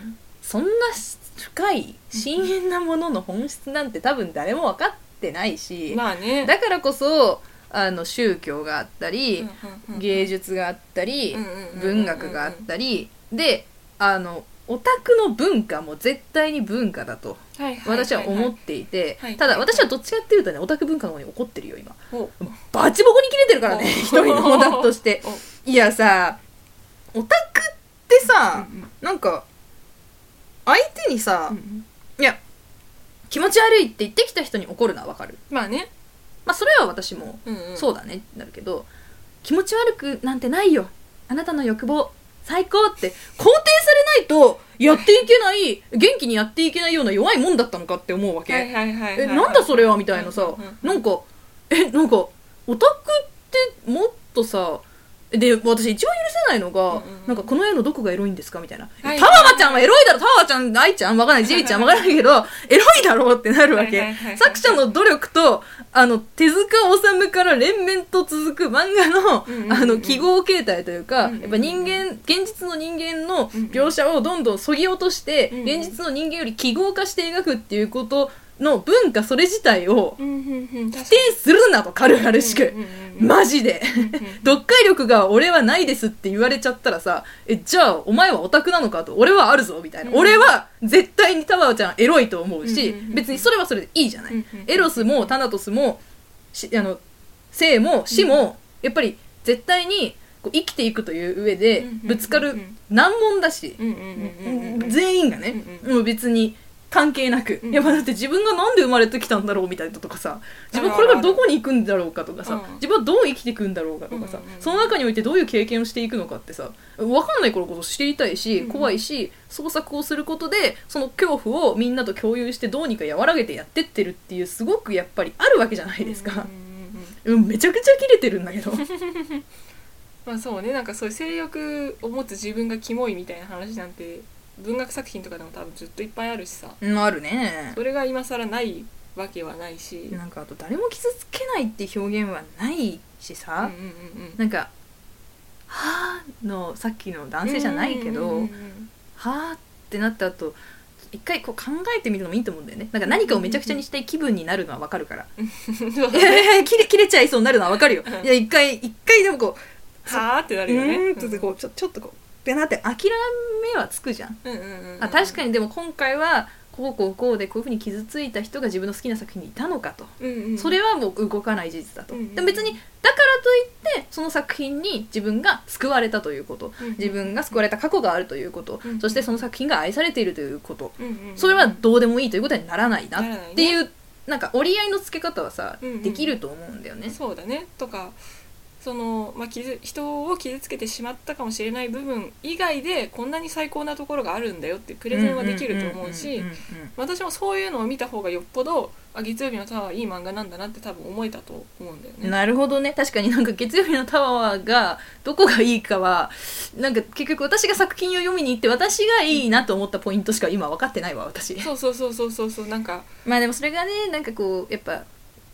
そんな深い深淵なものの本質なんて多分誰も分かってないし、 まあね、 だからこそ宗教があったり、芸術があったり、文学があったりで、オタクの文化も絶対に文化だと私は思っていて、ただ私はどっちかっていうとね、オタク文化の方に怒ってるよ今。バチボコに切れてるからね、一人のオタクとして。いやさ、オタクってさ、なんか相手にさ、いや気持ち悪いって言ってきた人に怒るのはわかる。 まあね、 まあそれは私もそうだねってなるけど、気持ち悪くなんてないよ、あなたの欲望最高って肯定されないとやっていけない、元気にやっていけないような弱いもんだったのかって思うわけ。なんだそれはみたいなさ、なんかオタクってもっとさ、で私一番許せないのが、なんかこの絵のどこがエロいんですかみたいな、タワマちゃんはエロいだろ、タワちゃん、愛ちゃんわかんない、ジェイちゃんわかんないけどエロいだろってなるわけ。作者の努力と手塚治虫から連綿と続く漫画の記号形態というか、やっぱ現実の人間の描写をどんどん削ぎ落として現実の人間より記号化して描くっていうことの文化、それ自体を否定するなと、軽々しく、マジで読解力が俺はないですって言われちゃったらさ、じゃあお前はオタクなのかと、俺はあるぞみたいな、俺は絶対にタワーちゃんエロいと思うし、別にそれはそれでいいじゃない。エロスもタナトスも生も死もやっぱり絶対にこう生きていくという上でぶつかる難問だし、全員がね、もう別に関係なく、やっぱだって自分がなんで生まれてきたんだろうみたいなとかさ、自分これからどこに行くんだろうかとかさ、自分はどう生きていくんだろうかとかさ、その中においてどういう経験をしていくのかってさ、分かんない頃こそ知りたいし、怖いし、創作をすることでその恐怖をみんなと共有してどうにか和らげてやってってるっていう、すごくやっぱりあるわけじゃないですか。めちゃくちゃキレてるんだけどまあそうね、なんかそういう性欲を持つ自分がキモいみたいな話なんて文学作品とかでも多分ずっといっぱいあるしさ、 あるね。それが今更ないわけはないし、 なんかあと誰も傷つけないって表現はないしさ、なんかはぁのさっきの男性じゃないけど、はぁってなった後一回こう考えてみるのもいいと思うんだよね。なんか何かをめちゃくちゃにしたい気分になるのはわかるから切れちゃいそうになるのはわかるよ。いや一回でもこうはぁってなるよね。 ちょっとこうってなって諦めはつくじゃん。確かにでも今回はこうでこういう風に傷ついた人が自分の好きな作品にいたのかと、それはもう動かない事実だと、でも別にだからといってその作品に自分が救われたということ、自分が救われた過去があるということ、そしてその作品が愛されているということ、それはどうでもいいということにならないなっていう、なんか折り合いのつけ方はさ、できると思うんだよね。 そうだね。とかその、人を傷つけてしまったかもしれない部分以外でこんなに最高なところがあるんだよってプレゼンはできると思うし、私もそういうのを見た方がよっぽど月曜日のタワーいい漫画なんだなって多分思えたと思うんだよね。 なるほどね。確かになんか月曜日のタワーがどこがいいかはなんか結局私が作品を読みに行って私がいいなと思ったポイントしか今分かってないわ私。 そうなんかまあでもそれがね、なんかこうやっぱ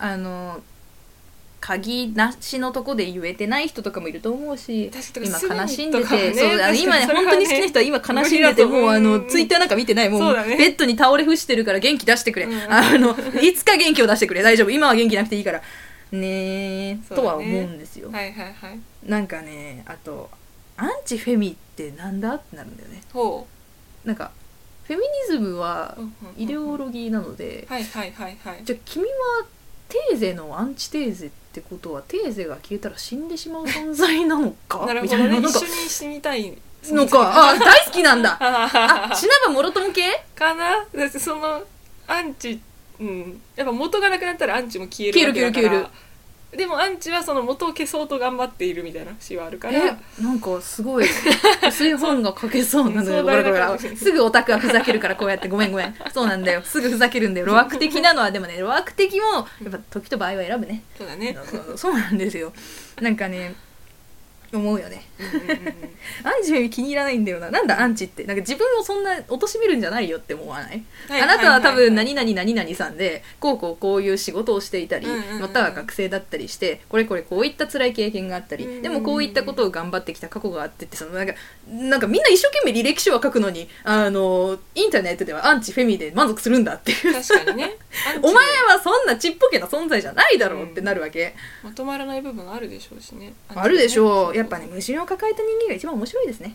鍵なしのとこで言えてない人とかもいると思うし、今悲しんでて、そう今ね本当に好きな人は今悲しんでて、もうツイッターなんか見てない、もうベッドに倒れ伏してるから元気出してくれ、いつか元気を出してくれ、大丈夫、今は元気なくていいからねとは思うんですよ。なんかね、あとアンチフェミってなんだってなるんだよね。なんかフェミニズムはイデオロギーなので、じゃあ君はテーゼのアンチテーゼってことはテーゼが消えたら死んでしまう存在なのかなるほどね、一緒に死にたいのか、大好きなんだ死なばもろとも系かな。だってそのアンチ、やっぱ元がなくなったらアンチも消えるわけだから、消えるでもアンチはその元を消そうと頑張っているみたいな詩はあるから、 なんかすごい薄い本が書けそうなのよ。すぐオタクはふざけるから、こうやってごめんそうなんだよ、すぐふざけるんだよ。路悪的なのはでもね、路悪的もやっぱ時と場合は選ぶね。 そうだねそうなんですよ。なんかね、 思うよね。アンチフェミ気に入らないんだよな。なんだアンチって。なんか自分をそんな貶めるんじゃないよって思わない？あなたは多分何々何々さんでこういう仕事をしていたり、または学生だったりしてこういった辛い経験があったり、でもこういったことを頑張ってきた過去があってって、そのなんかみんな一生懸命履歴書は書くのにインターネットではアンチフェミで満足するんだっていう。 確かにね。 お前はそんなちっぽけな存在じゃないだろうってなるわけ。 まとまらない部分あるでしょうしね。 あるでしょう。やっぱね、矛盾を抱えた人間が一番面白いですね。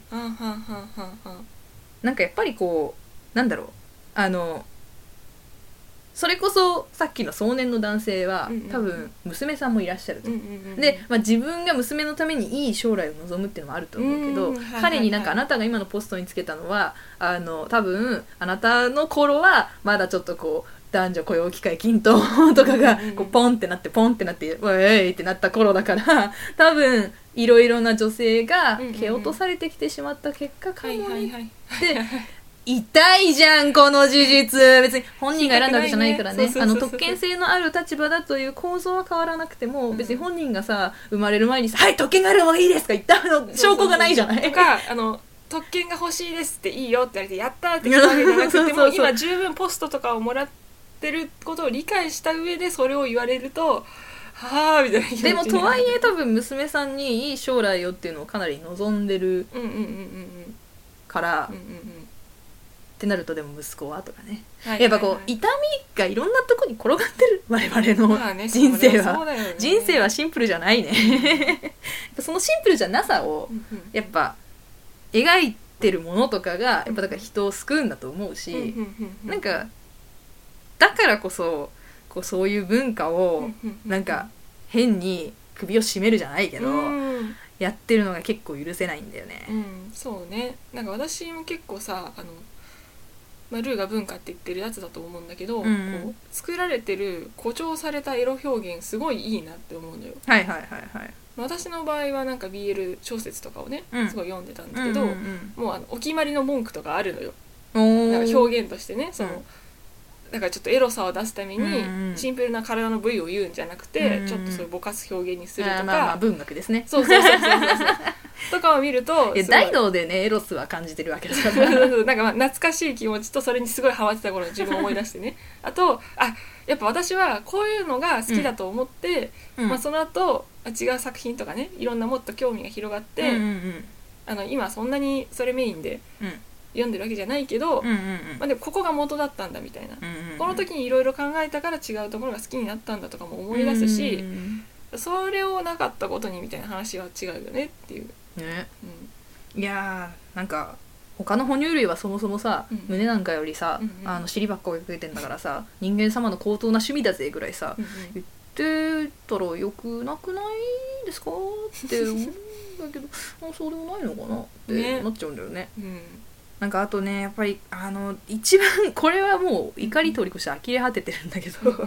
なんかやっぱりこうなんだろう、それこそさっきの壮年の男性は、多分娘さんもいらっしゃると、で、自分が娘のためにいい将来を望むっていうのもあると思うけど、彼になんかあなたが今のポストにつけたのは多分あなたの頃はまだちょっとこう男女雇用機会均等とかがこうポンってなってウェイってなった頃だから多分いろいろな女性が蹴落とされてきてしまった結果かもねって痛いじゃんこの事実。別に本人が選んだわけじゃないからね。特権性のある立場だという構造は変わらなくても、別に本人がさ生まれる前にさはい特権がある方がいいですか言った証拠がないじゃない。 とか特権が欲しいですっていいよって言われてやったって言ったわけじゃなくても今十分ポストとかをもらってることを理解した上でそれを言われるとはぁみたいな。 でもとはいえ多分娘さんにいい将来をっていうのをかなり望んでるからってなると、でも息子はとかね、やっぱこう痛みがいろんなとこに転がってる我々の人生は、人生はシンプルじゃないねそのシンプルじゃなさをやっぱ描いてるものとかがやっぱだから人を救うんだと思うし、なんかだからこそそういう文化をなんか変に首を絞めるじゃないけど、やってるのが結構許せないんだよね。 そうね。なんか私も結構さルーが文化って言ってるやつだと思うんだけど、こう作られてる誇張されたエロ表現すごいいいなって思うのよ。私の場合はなんか BL 小説とかをね、すごい読んでたんだけど、もうお決まりの文句とかあるのよ。なんか表現としてね、だからちょっとエロさを出すためにシンプルな体の部位を言うんじゃなくて、ちょっとそういうぼかす表現にするとか、 文学ですね。 そうとかを見ると、 大脳でねエロスは感じてるわけだからなんか懐かしい気持ちとそれにすごいハマってた頃の自分を思い出してねあとやっぱ私はこういうのが好きだと思って、その後違う作品とかね、いろんなもっと興味が広がって、今そんなにそれメインで読んでるわけじゃないけど、でもここが元だったんだみたいな、この時にいろいろ考えたから違うところが好きになったんだとかも思い出すし、それをなかったことにみたいな話は違うよねっていうね。 いやーなんか他の哺乳類はそもそもさ、胸なんかよりさ、尻ばっか追いかけてんだからさ、人間様の高等な趣味だぜぐらいさ、言ってたらよくなくないですかって思うんだけどそうでもないのかなってなっちゃうんだよね。なんかあとねやっぱり一番これはもう怒り通り越して呆れ果ててるんだけど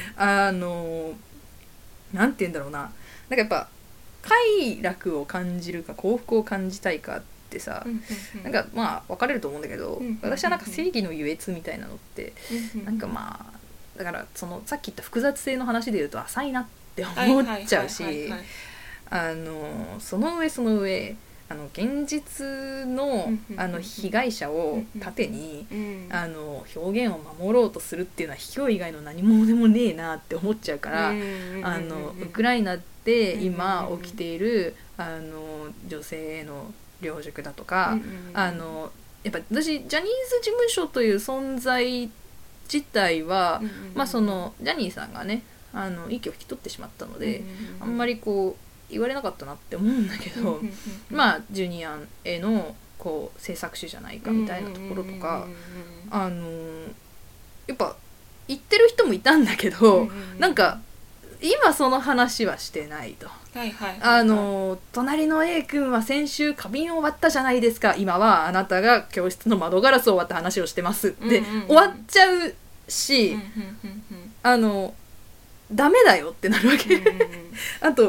なんて言うんだろうな、なんかやっぱ快楽を感じるか幸福を感じたいかってさ、なんかまあ分かれると思うんだけど、私はなんか正義の優越みたいなのってなんかまあだからそのさっき言った複雑性の話で言うと浅いなって思っちゃうし、その上現実の被害者を盾に表現を守ろうとするっていうのは卑怯以外の何もでもねえなって思っちゃうから、ウクライナで今起きている女性への凌辱だとか、やっぱ私ジャニーズ事務所という存在自体は、そのジャニーさんがね息を引き取ってしまったので、あんまりこう言われなかったなって思うんだけど、ジュニアンへのこう制作者じゃないかみたいなところとか、やっぱ言ってる人もいたんだけど、なんか今その話はしてないと。隣の A 君は先週花瓶を割ったじゃないですか、今はあなたが教室の窓ガラスを割った話をしてますって終わっちゃうし、ダメだよってなるわけあと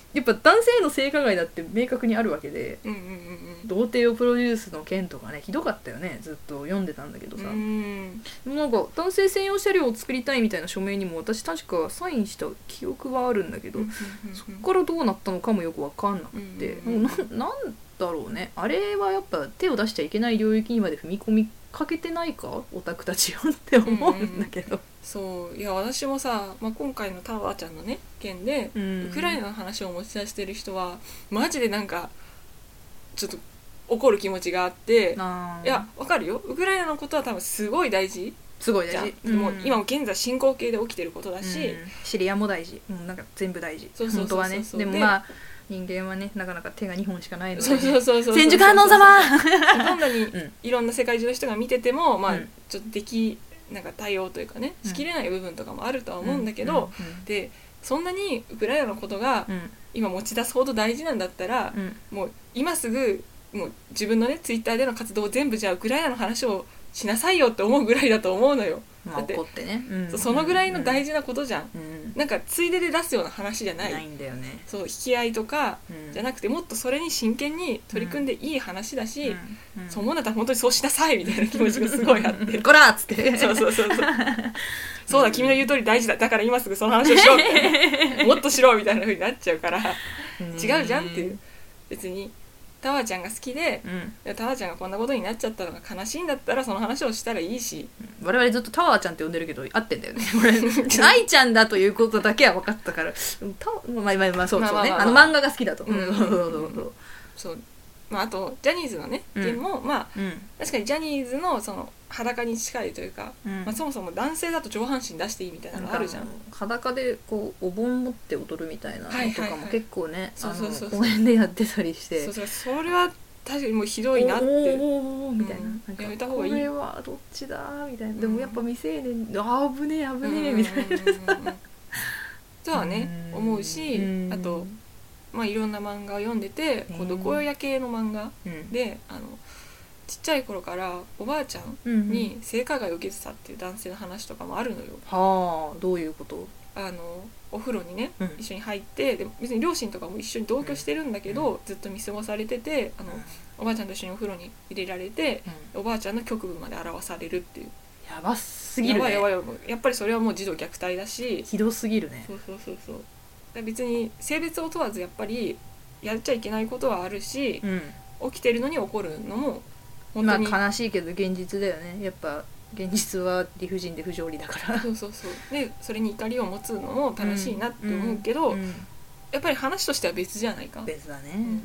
やっぱ男性の性加害だって明確にあるわけで、 うんうんうんうん、 童貞をプロデュースの件とかねひどかったよね。ずっと読んでたんだけどさ、でもなんか男性専用車両を作りたいみたいな署名にも私確かサインした記憶があるんだけど、そっからどうなったのかもよく分かんなくて、もうなんだろうね、あれはやっぱ手を出しちゃいけない領域にまで踏み込みかけてないかオタクたちよって思うんだけど、 そういや私もさ、今回のタワーちゃんのね件で、ウクライナの話を持ち出してる人はマジでなんかちょっと怒る気持ちがあって、いやわかるよ、ウクライナのことは多分すごい大事、 すごい大事、 もう今も現在進行形で起きてることだし、 シリアも大事、なんか全部大事、本当はね。でも人間はねなかなか手が2本しかないので、千手観音様どんなにいろんな世界中の人が見てても、ちょっとなんか対応というかねしきれない部分とかもあるとは思うんだけど、でそんなにウクライナのことが今持ち出すほど大事なんだったら、もう今すぐもう自分のねツイッターでの活動を全部じゃあウクライナの話をしなさいよって思うぐらいだと思うのよ。だって怒ってね、 そのぐらいの大事なことじゃん、なんかついでで出すような話じゃないんだよね。 そう引き合いとかじゃなくて、もっとそれに真剣に取り組んでいい話だし、そう思うんだったら本当にそうしなさいみたいな気持ちがすごいあってこらっつってそうそうだ君の言う通り大事だ、だから今すぐその話をしろってもっとしろみたいな風になっちゃうから違うじゃんっていう。別にタワーちゃんが好きで、タワーちゃんがこんなことになっちゃったのが悲しいんだったらその話をしたらいいし、 我々ずっとタワーちゃんって呼んでるけど合ってんだよね愛ちゃんだということだけは分かったからそうね、漫画が好きだと、 そうあとジャニーズのね件も、確かにジャニーズのその裸に近いというか、そもそも男性だと上半身出していいみたいなのあるじゃん。 裸でこうお盆持って踊るみたいなのとかも結構ね公園でやってたりして、 それは確かにもうひどいなってみたいな、 やめた方がいい。 これはどっちだみたいな、でもやっぱ未成年危ねえみたいなとはね思うし、あといろんな漫画を読んでて、毒親系の漫画で、ちっちゃい頃からおばあちゃんに性加害を受けてたっていう男性の話とかもあるのよ。 はあ、どういうこと？ お風呂にね、一緒に入って、で別に両親とかも一緒に同居してるんだけど、ずっと見過ごされてて、おばあちゃんと一緒にお風呂に入れられて、おばあちゃんの局部まで表されるっていう。 やばすぎるね。 やばいやっぱりそれはもう児童虐待だし、 ひどすぎるね。 そう別に性別を問わずやっぱりやっちゃいけないことはあるし、起きてるのに起こるのも本当に悲しいけど現実だよね。やっぱ現実は理不尽で不条理だからでそれに怒りを持つのも正しいなって思うけど、やっぱり話としては別じゃないか。 別だね、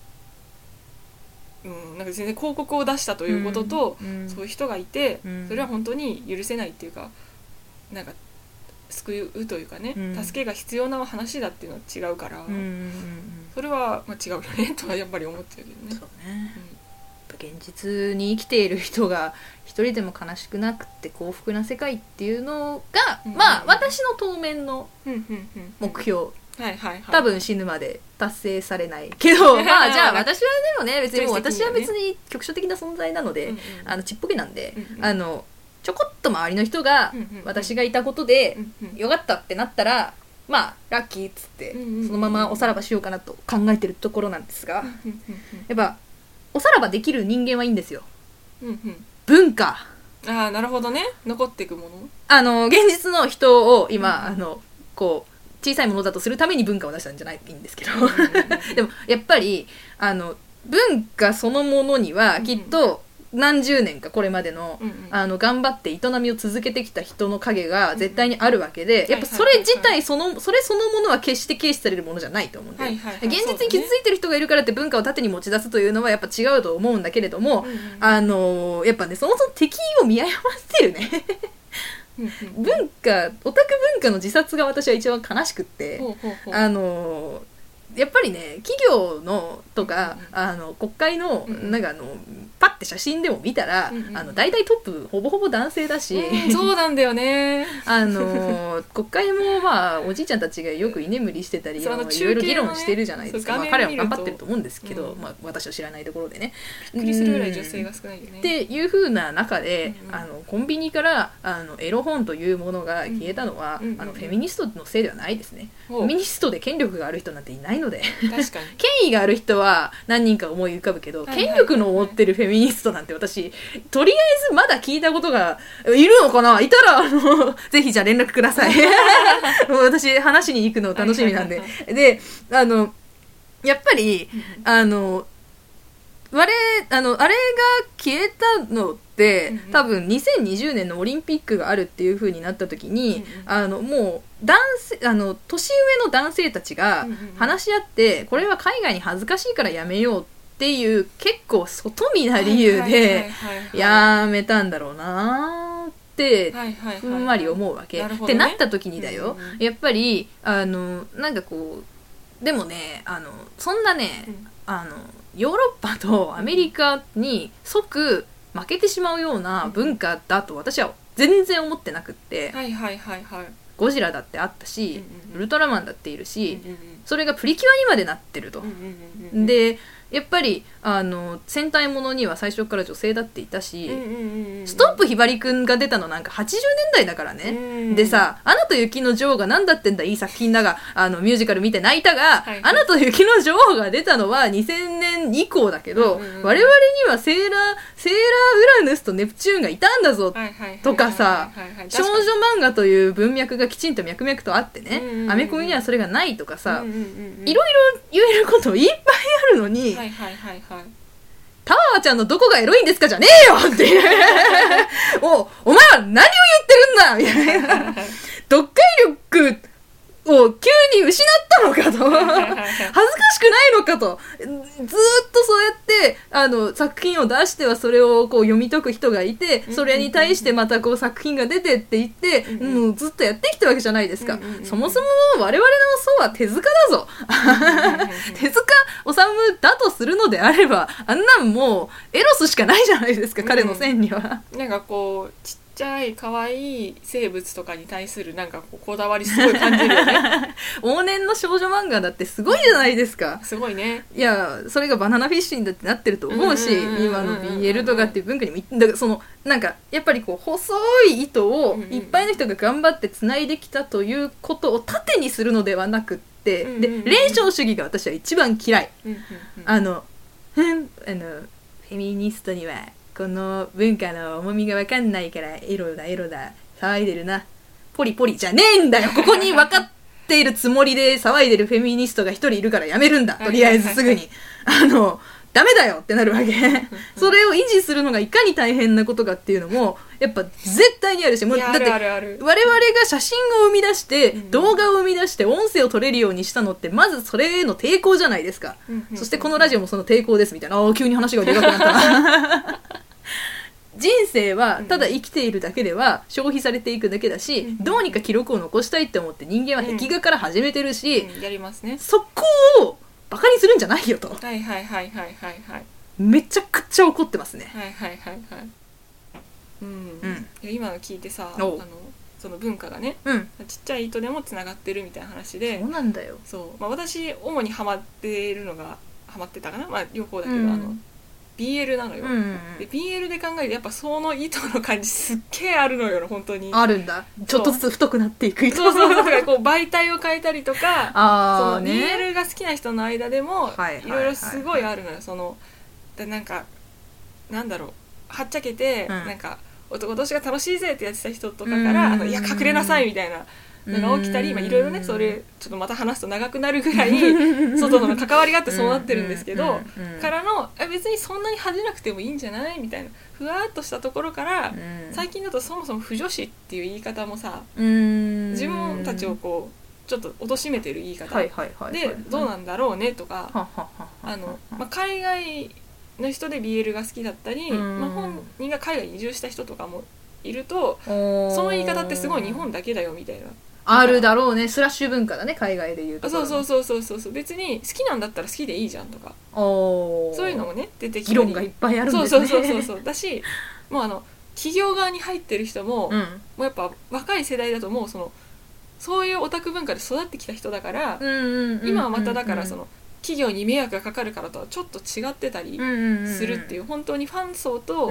なんか全然広告を出したということと、そういう人がいて、それは本当に許せないっていうか、なんか救うというかね、助けが必要な話だっていうのは違うから、それは違うよねとはやっぱり思っちゃうけどね。 そうね、現実に生きている人が一人でも悲しくなくて幸福な世界っていうのが、私の当面の目標、多分死ぬまで達成されないけどじゃあ私はでもね別にもう私は別に局所的な存在なので、ちっぽけなんで、ちょこっと周りの人が私がいたことでよかったってなったらラッキーっつってそのままおさらばしようかなと考えてるところなんですが、やっぱおさらばできる人間はいいんですよ、文化。 なるほどね、残っていくもの、 現実の人を今、こう小さいものだとするために文化を出したんじゃないんですけどでもやっぱり文化そのものにはきっと何十年かこれまでの、頑張って営みを続けてきた人の影が絶対にあるわけで、やっぱそれ自体それそのものは決して軽視されるものじゃないと思うんで、現実に傷ついてる人がいるからって文化を盾に持ち出すというのはやっぱ違うと思うんだけれども、やっぱねそもそも敵を見誤ってるね文化、オタク文化の自殺が私は一番悲しくって、やっぱりね企業のとか、国会のなんかパッて写真でも見たら、大体トップほぼほぼ男性だし、 そうなんだよね国会もおじいちゃんたちがよく居眠りしてたりいろいろ議論してるじゃないですか。彼らも頑張ってると思うんですけど、私は知らないところでねびっくりするぐらい女性が少ないよねっていう風な中で、コンビニからエロ本というものが消えたのは、フェミニストのせいではないですね。フェミニストで権力がある人なんていないので確かに権威がある人は何人か思い浮かぶけど、権力の持ってるフェミニストなんて私とりあえずまだ聞いたことがいるのかな。いたらぜひじゃあ連絡くださいもう私話に行くの楽しみなんで、でやっぱりあれが消えたのって、多分2020年のオリンピックがあるっていう風になった時に、もう年上の男性たちが話し合って、これは海外に恥ずかしいからやめようっていう結構外見な理由でやめたんだろうなってふんわり思うわけ、ってなった時にだよ、やっぱりなんかこうでもねそんなねヨーロッパとアメリカに即負けてしまうような文化だと私は全然思ってなくって、ゴジラだってあったし、ウルトラマンだっているし、それがプリキュアにまでなってると、でやっぱり戦隊ものには最初から女性だっていたし、ストップひばりくんが出たのなんか80年代だからね、でさアナと雪の女王がなんだってんだいい作品だがミュージカル見て泣いたが、アナと雪の女王が出たのは2000年以降だけど、我々にはセーラーウラヌスとネプチューンがいたんだぞとかさ、少女漫画という文脈がきちんと脈々とあってね、アメコミにはそれがないとかさ、いろいろ言えることいっぱいあるのに、タワーちゃんのどこがエロいんですかじゃねえよってお前は何を言ってるんだみたいな読解力を急に失ったのかと恥ずかしくないのかと、ずーっとそうやって作品を出してはそれをこう読み解く人がいて、それに対してまたこう作品が出てって言って、もうずっとやってきたわけじゃないですか。そもそも我々の層は手塚だぞ手塚治虫だとするのであれば、あんなんもうエロスしかないじゃないですか、彼の線には。 なんかこうちっちゃい可愛い生物とかに対するなんかこだわりすごい感じるよね往年の少女漫画だってすごいじゃないですか。 すごいね。 いやそれがバナナフィッシュにだってなってると思うし、今の BL とかっていう文化にだからそのなんかやっぱりこう細い糸をいっぱいの人が頑張って繋いできたということを盾にするのではなくって、で霊障主義が私は一番嫌い。フェミニストにはこの文化の重みが分かんないからエロだ騒いでるなポリポリじゃねえんだよ。ここに分かっているつもりで騒いでるフェミニストが一人いるからやめるんだ、とりあえずすぐにダメだよってなるわけそれを維持するのがいかに大変なことかっていうのもやっぱ絶対にあるし、もうだって我々が写真を生み出して、動画を生み出して音声を取れるようにしたのってまずそれへの抵抗じゃないですか、そしてこのラジオもその抵抗ですみたいな。急に話がでかくなった人生はただ生きているだけでは消費されていくだけだし、どうにか記録を残したいって思って人間は壁画から始めてるし、 やりますね。 そこをバカにするんじゃないよと。めちゃくちゃ怒ってますね。 今の聞いてさ、その文化がね、ちっちゃい糸でもつながってるみたいな話で、 そうなんだよ。 そう、私主にハマってたかな、両方だけど、BL なのよ、で BL で考えてやっぱその糸の感じすっげえあるのよ本当に。 あるんだ。ちょっとずつ太くなっていく。 そうこう媒体を変えたりとかその BL が好きな人の間でもいろいろすごいあるのよ。そのなんかなんだろう、はっちゃけて、なんか男同士が楽しいぜってやってた人とかからいや隠れなさいみたいなのが起きたり、いろいろね、それちょっとまた話すと長くなるぐらい外との関わりがあってそうなってるんですけど、からの別にそんなに恥じなくてもいいんじゃないみたいなふわっとしたところから、最近だとそもそも不女子っていう言い方もさ、自分たちをこうちょっと貶めてる言い方でどうなんだろうねとか、海外の人で BL が好きだったり、本人が海外に移住した人とかもいると、その言い方ってすごい日本だけだよみたいな。 あるだろうね。スラッシュ文化だね、海外でいうと。 そう別に好きなんだったら好きでいいじゃんとか、そういうのもね出てきたり、 議論がいっぱいあるんですね。 そうだし、もう企業側に入ってる人も、もうやっぱ若い世代だともうそういうオタク文化で育ってきた人だから、今はまただからその企業に迷惑がかかるからとはちょっと違ってたりするっていう、本当にファン層と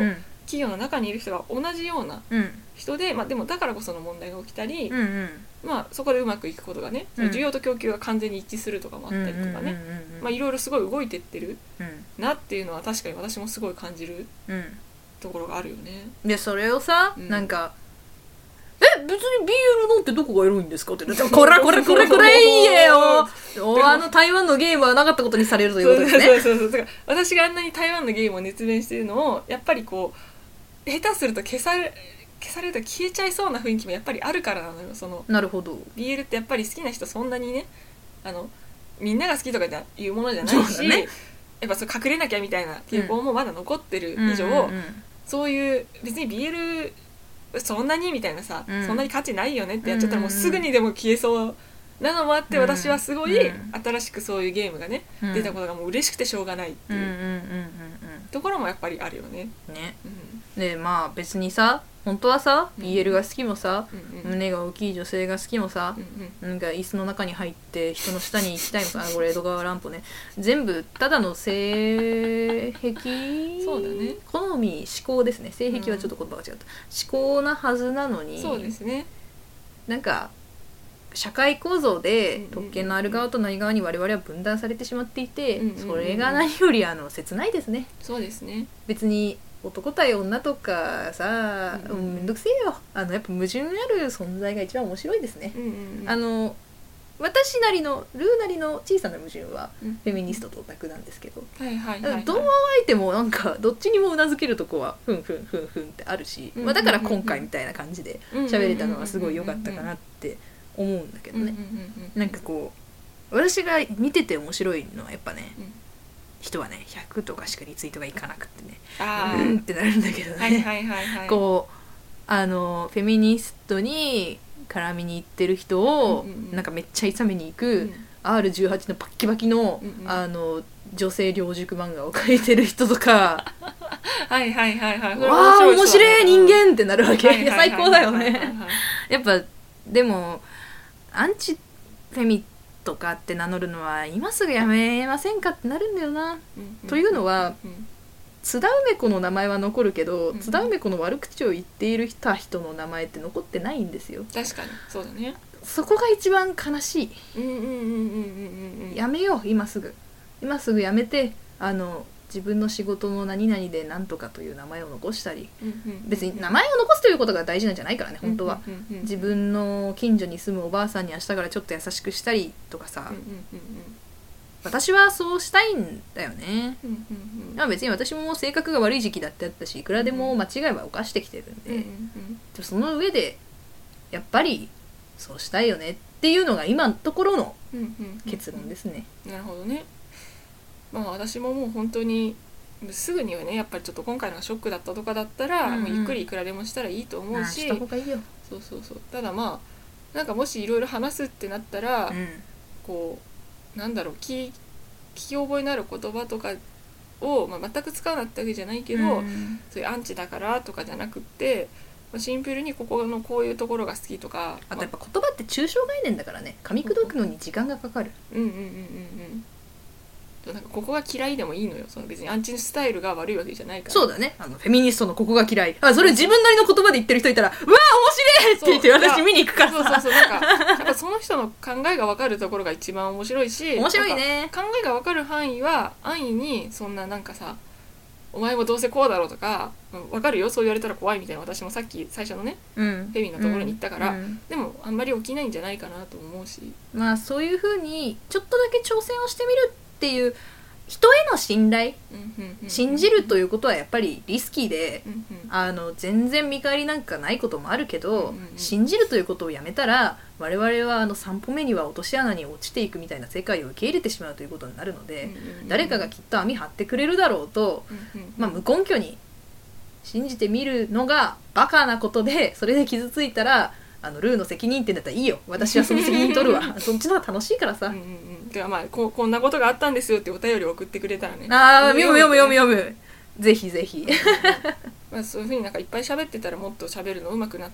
企業の中にいる人が同じような人で、でもだからこその問題が起きたり、そこでうまくいくことがね、需要と供給が完全に一致するとかもあったりとかね、いろいろすごい動いてってるなっていうのは確かに私もすごい感じるところがあるよね。 でそれをさ、なんか別に BL のってどこがエロいんですかって言ってこれいいえよ台湾のゲームはなかったことにされるということですね。 そうだから私があんなに台湾のゲームを熱弁してるのをやっぱりこう下手すると消されると消えちゃいそうな雰囲気もやっぱりあるからなのよ。 なるほど。 BL ってやっぱり好きな人そんなにねみんなが好きとかいうものじゃないし、ね、やっぱ隠れなきゃみたいな傾向もまだ残ってる以上、そういう別に BLそんなにみたいなさ、そんなに価値ないよねってやっちゃったらもうすぐにでも消えそうなのもあって、私はすごい新しくそういうゲームがね、出たことがもう嬉しくてしょうがないっていうところもやっぱりあるよね。 で別にさ本当はさ BL が好きもさ、胸が大きい女性が好きもさ、なんか椅子の中に入って人の下に行きたいのかこれ江戸川乱歩ね、全部ただの性癖、 そうだね、 好み思考ですね。性癖はちょっと言葉が違った、思考なはずなのに、 そうですね、 なんか社会構造で特権のある側とない側に我々は分断されてしまっていて、それが何より切ないですね。 そうですね。 別に男対女とかさ、めんどくせえよ。やっぱ矛盾ある存在が一番面白いですね。私なりのルーなりの小さな矛盾はフェミニストとオタクなんですけど、どうあえてもなんかどっちにもうなずけるとこはふんってあるし、だから今回みたいな感じで喋れたのはすごい良かったかなって思うんだけどね。なんかこう私が見てて面白いのはやっぱね、人はね100とかしかリツイートがいかなくってねってなるんだけどね、こうフェミニストに絡みに行ってる人をなんかめっちゃ諌めに行く、R18 のパッキバキの女性両軸漫画を描いてる人とかわあ面白い人間ってなるわけ。最高だよね。やっぱでもアンチフェミとかって名乗るのは今すぐやめませんかってなるんだよな、というのは津田梅子の名前は残るけど、津田梅子の悪口を言っている人の名前って残ってないんですよ。 確かにそうだね。 そこが一番悲しい。やめよう、今すぐやめて自分の仕事の何々で何とかという名前を残したり、別に名前を残すということが大事なんじゃないからね本当は。自分の近所に住むおばあさんに明日からちょっと優しくしたりとかさ、私はそうしたいんだよね。別に私も性格が悪い時期だってあったし、いくらでも間違いは犯してきてるんで、その上でやっぱりそうしたいよねっていうのが今のところの結論ですね。 なるほどね。私ももう本当にすぐにはねやっぱりちょっと今回のがショックだったとかだったら、もうゆっくりいくらでもしたらいいと思うし、 した方がいいよ。 ただなんかもしいろいろ話すってなったら、こうなんだろう、聞き覚えのある言葉とかを、全く使うなってわけじゃないけど、そういうアンチだからとかじゃなくって、シンプルにここのこういうところが好きとか、 あとやっぱ言葉って抽象概念だからね、噛み砕くのに時間がかかる。 なんかここが嫌いでもいいのよ。別にアンチスタイルが悪いわけじゃないから。 そうだね。フェミニストのここが嫌い。それ自分なりの言葉で言ってる人いたら、うわ面白いって言って私見に行くからさ。 なんかその人の考えが分かるところが一番面白いし、 面白いね。 考えが分かる範囲は安易にそんななんかさ、お前もどうせこうだろうとか、分かるよそう言われたら怖いみたいな、私もさっき最初のね、フェミのところに行ったから、でもあんまり起きないんじゃないかなと思うし、 そういう風にちょっとだけ挑戦をしてみるっていう人への信頼、信じるということはやっぱりリスキーで、全然見返りなんかないこともあるけど、信じるということをやめたら我々は3歩目には落とし穴に落ちていくみたいな世界を受け入れてしまうということになるので、誰かがきっと網張ってくれるだろうと、無根拠に信じてみるのがバカなことで、それで傷ついたらルーの責任ってだったらいいよ、私はその責任取るわそっちの方が楽しいからさ。 ではこんなことがあったんですよってお便りを送ってくれたらね、 読むぜひぜひそういう風になんかいっぱい喋ってたらもっと喋るの上手くなって、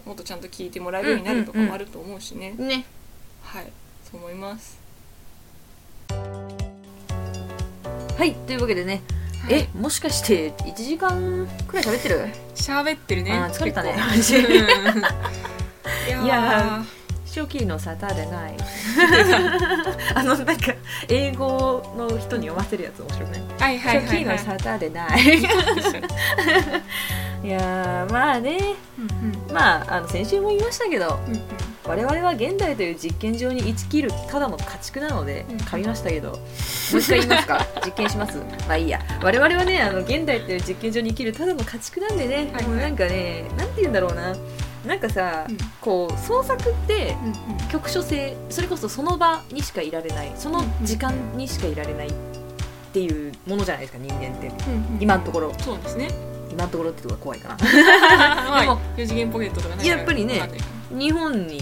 もっとちゃんと聞いてもらえるようになるとかもあると思うしね。はい、そう思います。 はい、というわけでね、 もしかして1時間くらい喋ってる？ 喋ってるね。 疲れたね。いや初期のサタデーナイなんか英語の人に読ませるやつ面白くない？初期のサタデーナイいやまあね、まあ先週も言いましたけど、我々は現代という実験上に生きるただの家畜なので、噛みましたけど、もう一回言いますか？実験します。まあいいや。我々はね現代という実験上に生きるただの家畜なんでね、もうなんかね、なんて言うんだろうな、なんかさ、こう創作って局所性、それこそその場にしかいられない、その時間にしかいられないっていうものじゃないですか、人間って、今のところ。 そうですね。 今のところってとこが怖いかな。 でも4次元ポケットとかやっぱりね、日本にい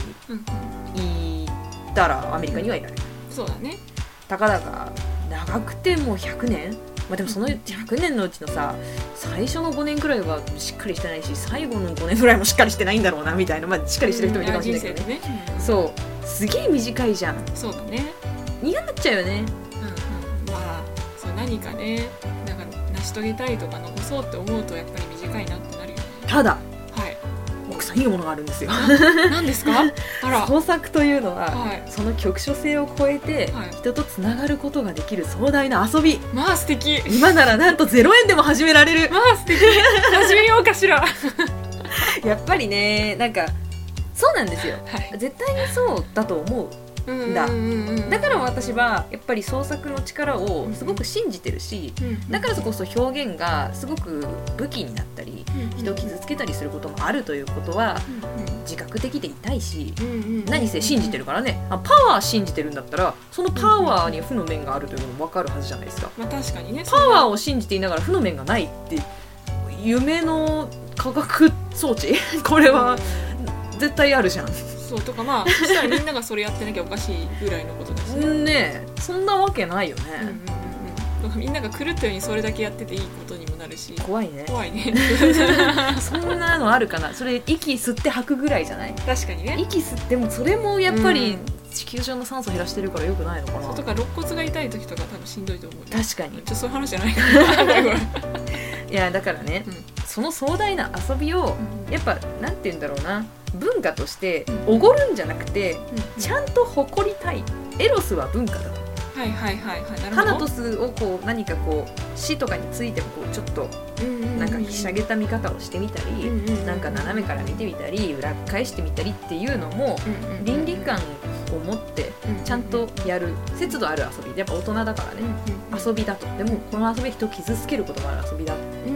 たらアメリカにはいられない。 そうだね。 たかだか長くても100年、まあ、でもその100年のうちのさ、最初の5年くらいはしっかりしてないし、最後の5年くらいもしっかりしてないんだろうなみたいな、まあ、しっかりしてる人もいるかもしれないけどね。そうすげえ短いじゃん。 そうだね。 苦になっちゃうよね。 まあそう何かね、なんか成し遂げたいとか残そうって思うとやっぱり短いなってなるよね。 ただ奥さんいいものがあるんですよ。 何ですか？あら、 創作というのは、その局所性を超えて、人とつながることができる壮大な遊び。 まあ素敵。 今ならなんと0円でも始められる。 まあ素敵。始めようかしら。 やっぱりね、なんかそうなんですよ、絶対にそうだと思う。だから私はやっぱり創作の力をすごく信じてるし、だからこそ表現がすごく武器になったり、人を傷つけたりすることもあるということは自覚的でいたいし、何せ信じてるからね。パワー信じてるんだったら、そのパワーに負の面があるというのも分かるはずじゃないですか。 まあ確かにね。 パワーを信じていながら負の面がないって夢の科学装置これは絶対あるじゃん。 そうとか、まあそしたらみんながそれやってなきゃおかしいぐらいのことだしね。そんなわけないよね。 みんなが狂ったようにそれだけやってていいことにもなるし、 怖いね。 怖いね。 そんなのあるかな。それ息吸って吐くぐらいじゃない？ 確かにね。 息吸ってもそれもやっぱり地球上の酸素減らしてるからよくないのかな。 そうとか肋骨が痛い時とか多分しんどいと思う。 確かに。 そういう話じゃないかな。いやだからね、その壮大な遊びをやっぱなんて言うんだろうな、文化としておごるんじゃなくて、ちゃんと誇りたい。エロスは文化だと。ハナトスをこう何かこう死とかについてもこうちょっとなんかひしゃげた見方をしてみたり、なんか斜めから見てみたり裏返してみたりっていうのも倫理観を持ってちゃんとやる節度ある遊びで、やっぱ大人だからね、遊びだと。でもこの遊びは人を傷つけることがある遊びだ。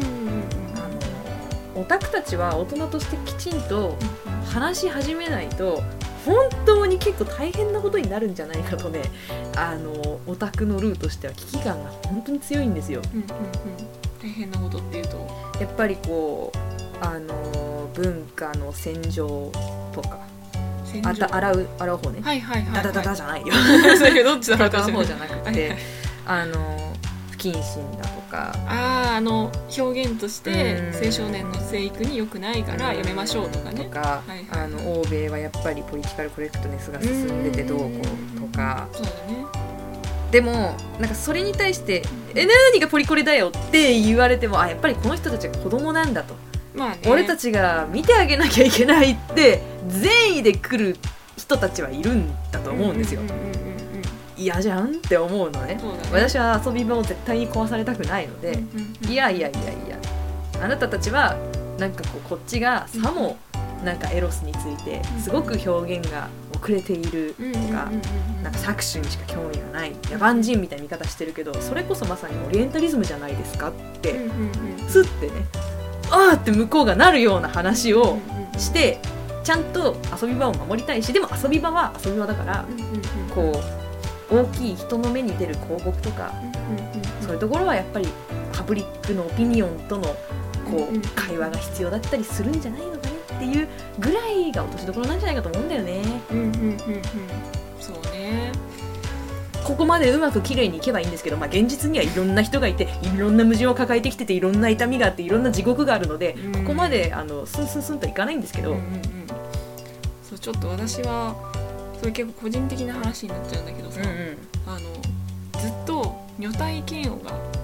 オタクたちは大人としてきちんと話し始めないと本当に結構大変なことになるんじゃないかとね、オタクのルーとしては危機感が本当に強いんですよ。 大変なことっていうとやっぱりこう文化の洗浄とか、洗う方ね、ダダダダじゃないよ。 それどっちだろうか。 洗う方じゃなくて不謹慎だとか、 表現として青少年の生育に良くないからやめましょうとかね。 欧米はやっぱりポリティカルコレクトネスが進んでてどうこうとか。 そうだね。 でもなんかそれに対して何がポリコレだよって言われても、やっぱりこの人たちは子供なんだと、俺たちが見てあげなきゃいけないって善意で来る人たちはいるんだと思うんですよ。嫌じゃんって思うのね。私は遊び場を絶対に壊されたくないので、いやあなたたちはなんかこっちがさもなんかエロスについてすごく表現が遅れているとか、なんか搾取にしか興味がない野蛮人みたいな見方してるけど、それこそまさにオリエンタリズムじゃないですかってスッてね、って向こうがなるような話をしてちゃんと遊び場を守りたいし、でも遊び場は遊び場だからこう大きい人の目に出る広告とか、そういうところはやっぱりパブリックのオピニオンとのこう会話が必要だったりするんじゃないのかねっていうぐらいが落としどころなんじゃないかと思うんだよね。 そうね。 ここまでうまく綺麗にいけばいいんですけど、現実にはいろんな人がいて、いろんな矛盾を抱えてきてて、いろんな痛みがあって、いろんな地獄があるので、ここまでスンスンスンといかないんですけど、 そうちょっと私はそれ結構個人的な話になっちゃうんだけどさ、ずっと女体嫌悪が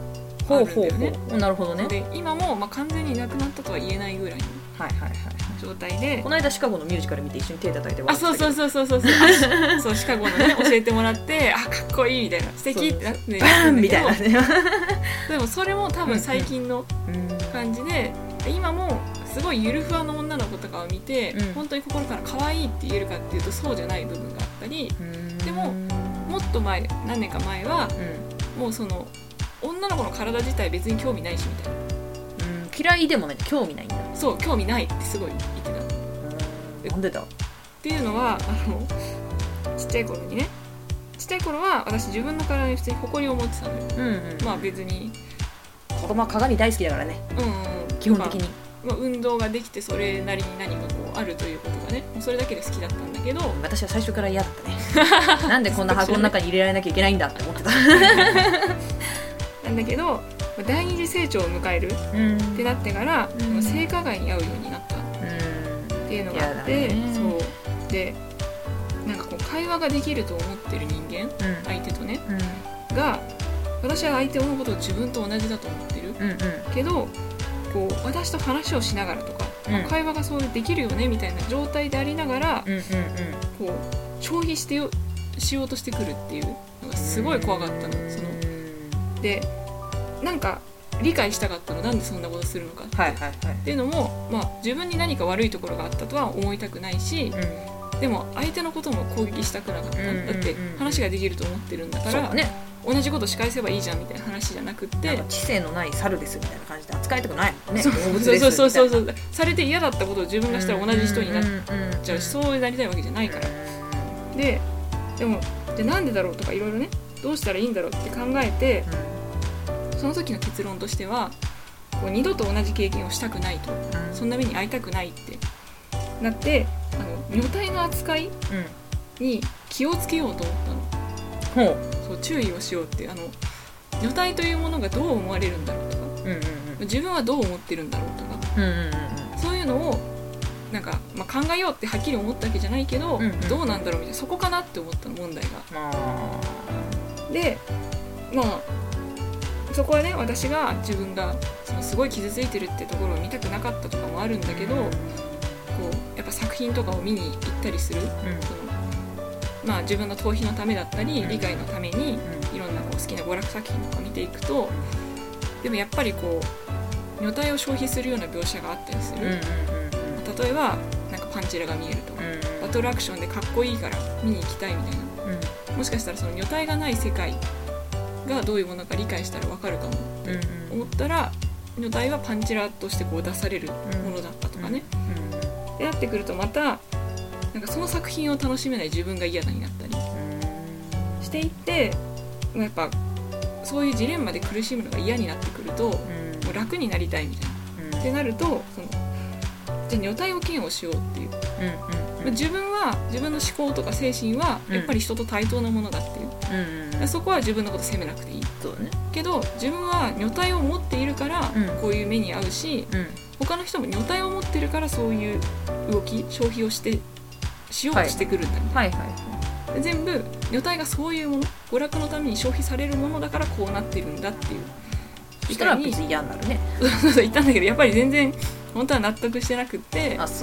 あるんだよね。 なるほどね。 で今も、まあ、完全にいなくなったとは言えないぐらいの状態で、 この間シカゴのミュージカル見て一緒に手叩いて笑ってたけど、そうシカゴのね教えてもらってかっこいいみたいな素敵ってなってバンみたいなねでもそれも多分最近の感じで、今もすごいゆるふわの女の子とかを見て、本当に心から可愛いって言えるかっていうとそうじゃない部分があったり、でももっと前何年か前は、もうその女の子の体自体別に興味ないしみたいな、 嫌いでもね興味ないんだ。 そう興味ないってすごい言ってた。 なんでだっていうのはちっちゃい頃にね、ちっちゃい頃は私自分の体に普通に誇りを持ってたのよ、まあ別に子供は鏡大好きだからね、基本的に、 まあ、運動ができてそれなりに何かこうあるということがね、それだけで好きだったんだけど、 私は最初から嫌だったねなんでこんな箱の中に入れられなきゃいけないんだって思ってたなんだけど第二次成長を迎えるってなってから、性加害に遭うようになったっていうのがあって、そうでなんかこう会話ができると思ってる人間、相手とね、が私は相手のことを自分と同じだと思ってる、けどこう私と話をしながらとか、会話がそうできるよねみたいな状態でありながら、こう消費しようとしてくるっていうのがすごい怖かったの。でなんか理解したかったの、なんでそんなことするのかっていうのも、まあ、自分に何か悪いところがあったとは思いたくないし、でも相手のことも攻撃したくなかった、だって話ができると思ってるんだから、同じこと仕返せばいいじゃんみたいな話じゃなくって、 なんか知性のない猿ですみたいな感じで扱いたくないもんね。 そうされて嫌だったことを自分がしたら同じ人になっちゃうし、そうなりたいわけじゃないから。でもじゃあなんでだろうとかいろいろね、どうしたらいいんだろうって考えて、その時の結論としてはこう二度と同じ経験をしたくないと、そんな目に遭いたくないってなって、女体の扱いに気をつけようと思ったの。そう注意をしようって、女体というものがどう思われるんだろうとか、自分はどう思ってるんだろうとか、そういうのをなんか、まあ、考えようってはっきり思ったわけじゃないけど、どうなんだろうみたいな、そこかなって思ったの、問題が。でまあそこはね、私が自分がすごい傷ついてるってところを見たくなかったとかもあるんだけど、こうやっぱ作品とかを見に行ったりする、まあ、自分の逃避のためだったり、理解のためにいろんなこう好きな娯楽作品とか見ていくと、でもやっぱりこう女体を消費するような描写があったりする、例えばなんかパンチラが見えるとか、バトルアクションでかっこいいから見に行きたいみたいな、もしかしたらその女体がない世界がどういうものか理解したら分かるかもって思ったら、女体はパンチラとしてこう出されるものだったとかね、でなってくるとまたなんかその作品を楽しめない自分が嫌だになったりしていって、やっぱそういうジレンマで苦しむのが嫌になってくると、もう楽になりたいみたいな、ってなるとじゃあ女体を嫌悪しようっていう、自分の思考とか精神はやっぱり人と対等なものだっていう、そこは自分のこと責めなくていい、けど自分は女体を持っているからこういう目に遭うし、他の人も女体を持ってるからそういう動き消費をしようとしてくるんだみたいな、全部女体がそういうもの、娯楽のために消費されるものだからこうなってるんだっていう。 そしたら別に嫌になるね言ったんだけど、やっぱり全然本当は納得してなくって、 そう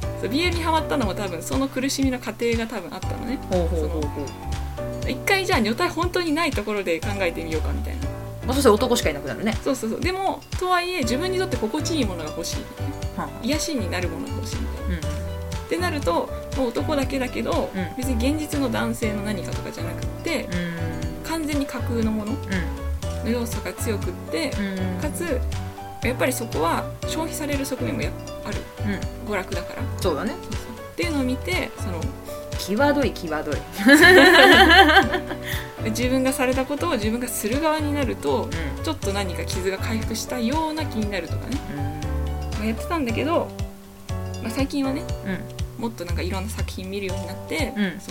BL にハマったのも多分その苦しみの過程が多分あったのね。一回じゃあ女体本当にないところで考えてみようかみたいな、 そしたら男しかいなくなるね。 そうでもとはいえ自分にとって心地いいものが欲しい、癒しになるものが欲しいみたいな、ってなるともう男だけだけど、別に現実の男性の何かとかじゃなくって、完全に架空のものの要素が強くって、かつやっぱりそこは消費される側面もある、娯楽だから。 そうだね。 っていうのを見て、 際どい自分がされたことを自分がする側になると、ちょっと何か傷が回復したような気になるとかね、やってたんだけど、最近はね、もっとなんかいろんな作品見るようになって、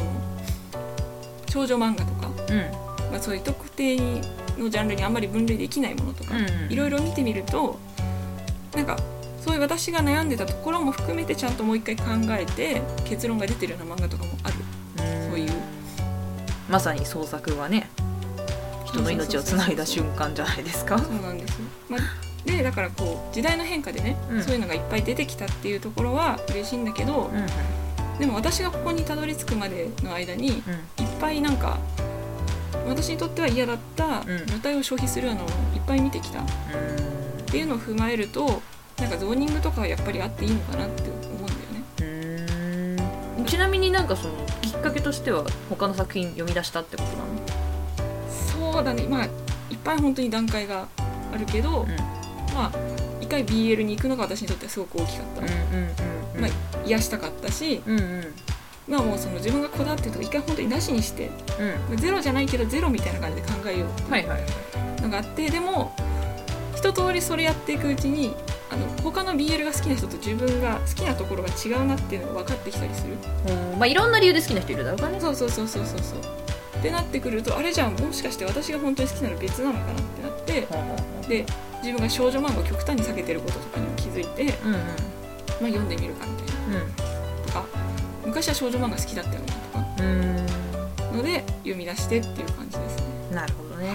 少女漫画とか、そういう特定のジャンルにあんまり分類できないものとか、いろいろ見てみると、なんかそういう私が悩んでたところも含めてちゃんともう一回考えて結論が出てるような漫画とかもある。そういうまさに創作はね、一人の命をつないだ瞬間じゃないですか。 そうなんですよ、でだからこう時代の変化でね、そういうのがいっぱい出てきたっていうところは嬉しいんだけど、でも私がここにたどり着くまでの間に、いっぱいなんか私にとっては嫌だった女体を消費するのをいっぱい見てきた、っていうのを踏まえるとなんかゾーニングとかはやっぱりあっていいのかなって思うんだよね。 ちなみになんかそのきっかけとしては他の作品読み出したってことなの？ そうだね、まあいっぱい本当に段階があるけど、まあ一回 BL に行くのが私にとってはすごく大きかった、まあ癒したかったし、まあもうその自分がこだわってるとこ一回本当になしにして、ゼロじゃないけどゼロみたいな感じで考えようっていうのがあって、でも一通りそれやっていくうちに他の BL が好きな人と自分が好きなところが違うなっていうのが分かってきたりする。 まあいろんな理由で好きな人いるだろうからね。 そうってなってくると、あれじゃあもしかして私が本当に好きなの別なのかなってなって、で自分が少女漫画を極端に避けてることとかにも気づいて、まあ読んでみるかみたいな、とか昔は少女漫画好きだったよねとかので読み出してっていう感じですね。 なるほどね、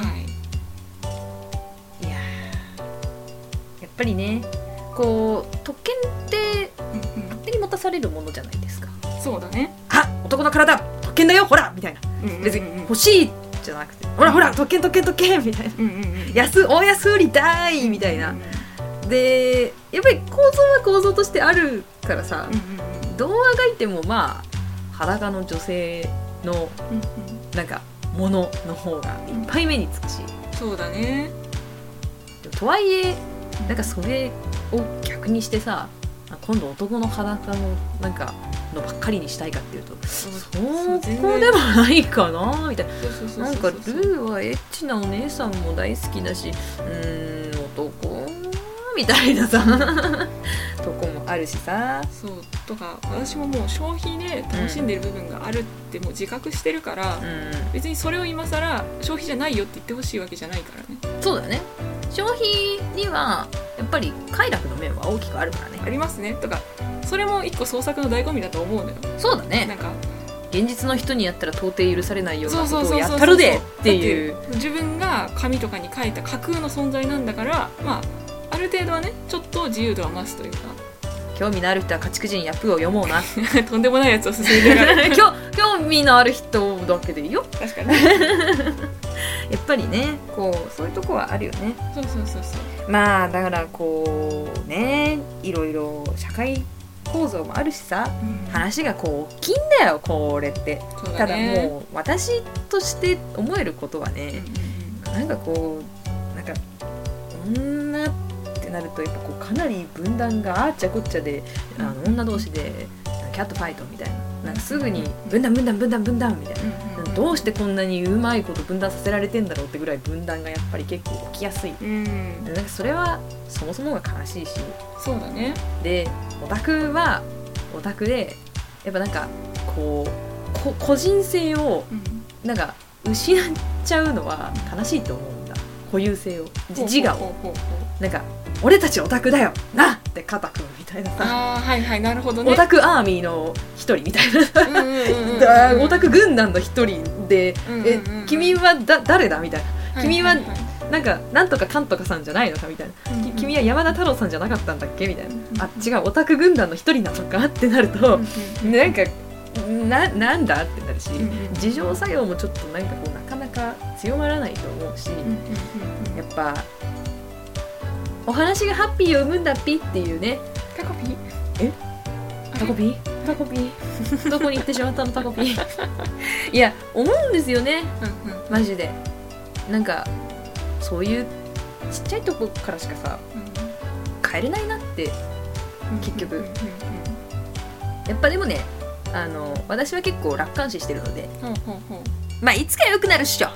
いややっぱりねこう特権って勝手に持たされるものじゃないですか。 そうだね。 あ、男の体特権だよほらみたいな、別に欲しいじゃなくて、ほらほら特権みたいな、大安売りたいみたいな、でやっぱり構造は構造としてあるからさ、どうあがいてもまあ裸の女性のなんかものの方がいっぱい目につくし、 そうだね。 とはいえなんかそれを逆にしてさ、今度男の裸のなんかのばっかりにしたいかっていうと、そこでもないかなみたいな。なんかルーはエッチなお姉さんも大好きだし、男みたいなさとこもあるしさ。 そうとか私ももう消費で楽しんでる部分があるってもう自覚してるから、別にそれを今更消費じゃないよって言ってほしいわけじゃないからね。 そうだね。消費にはやっぱり快楽の面は大きくあるからね。 ありますね。とかそれも一個創作の醍醐味だと思うのよ。 そうだね。 なんか現実の人にやったら到底許されないようなことをやったるでっていう、 自分が紙とかに書いた架空の存在なんだから、まあある程度はねちょっと自由度は増すというか。 興味のある人は家畜人ヤップを読もうなとんでもないやつを勧めてる興味のある人だけでいいよ。 確かにやっぱりねこうそういうとこはあるよね。 そうまあだからこうねいろいろ社会構造もあるしさ、話がこう大きいんだよこれって、ね、ただもう私として思えることはね、なんかこうなんか女ってなるとやっぱこうかなり分断があっちゃこっちゃで、女同士でキャットファイトみたいな、なんかすぐに分断みたいな、どうしてこんなにうまいこと分断させられてんだろうってぐらい分断がやっぱり結構起きやすい、なんかそれはそもそもが悲しいし。 そうだね。 でオタクはオタクでやっぱなんかこう個人性をなんか失っちゃうのは悲しいと思うんだ。固有性を自我をなんか俺たちオタクだよなって肩組むみたいなさ。 なるほどね。 オタクアーミーの一人みたいなオタク軍団の一人で、君は誰だみたいな、君はなんかなんとかかんとかさんじゃないのかみたいな、君は山田太郎さんじゃなかったんだっけみたいな、違うオタク軍団の一人なのかってなると、なんかなんだってなるし、自浄作用もちょっとなんかこうなかなか強まらないと思うし、やっぱお話がハッピーを生むんだっぴっていうね。 タコピータコピーどこに行ってしまったのタコピーいや思うんですよね、マジで。なんかそういうちっちゃいとこからしかさ、変えれないなって結局、やっぱでもね私は結構楽観視してるので、まあいつか良くなるっしょ。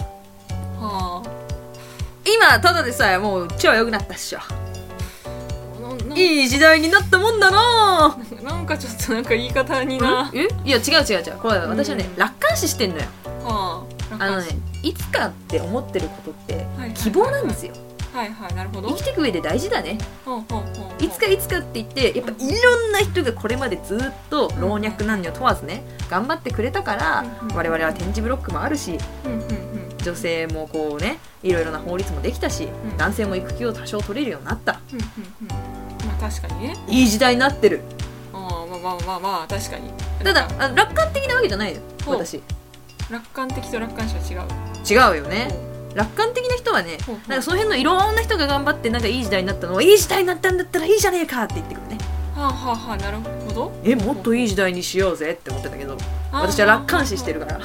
今ただでさえもう超良くなったっしょ。いい時代になったもんだな。 なんかちょっとなんか言い方にな。 いや違うこれ私はね、楽観視してんのよ。いつかって思ってることって希望なんですよ。 なるほど。 生きていく上で大事だね。いつかって言ってやっぱいろんな人がこれまでずっと老若男女問わずね頑張ってくれたから、我々は点字ブロックもあるし、女性もこうねいろいろな法律もできたし、男性も育休を多少取れるようになった、 まあ確かにね、 いい時代になってる。 まあ確かに。 ただ楽観的なわけじゃないよ私。 楽観的と楽観視は違うよね。楽観的な人はね、なんかその辺のいろんな人が頑張ってなんかいい時代になったのを、いい時代になったんだったらいいじゃねえかって言ってくるね。 なるほど。 もっといい時代にしようぜって思ってたけど、私は楽観視してるから。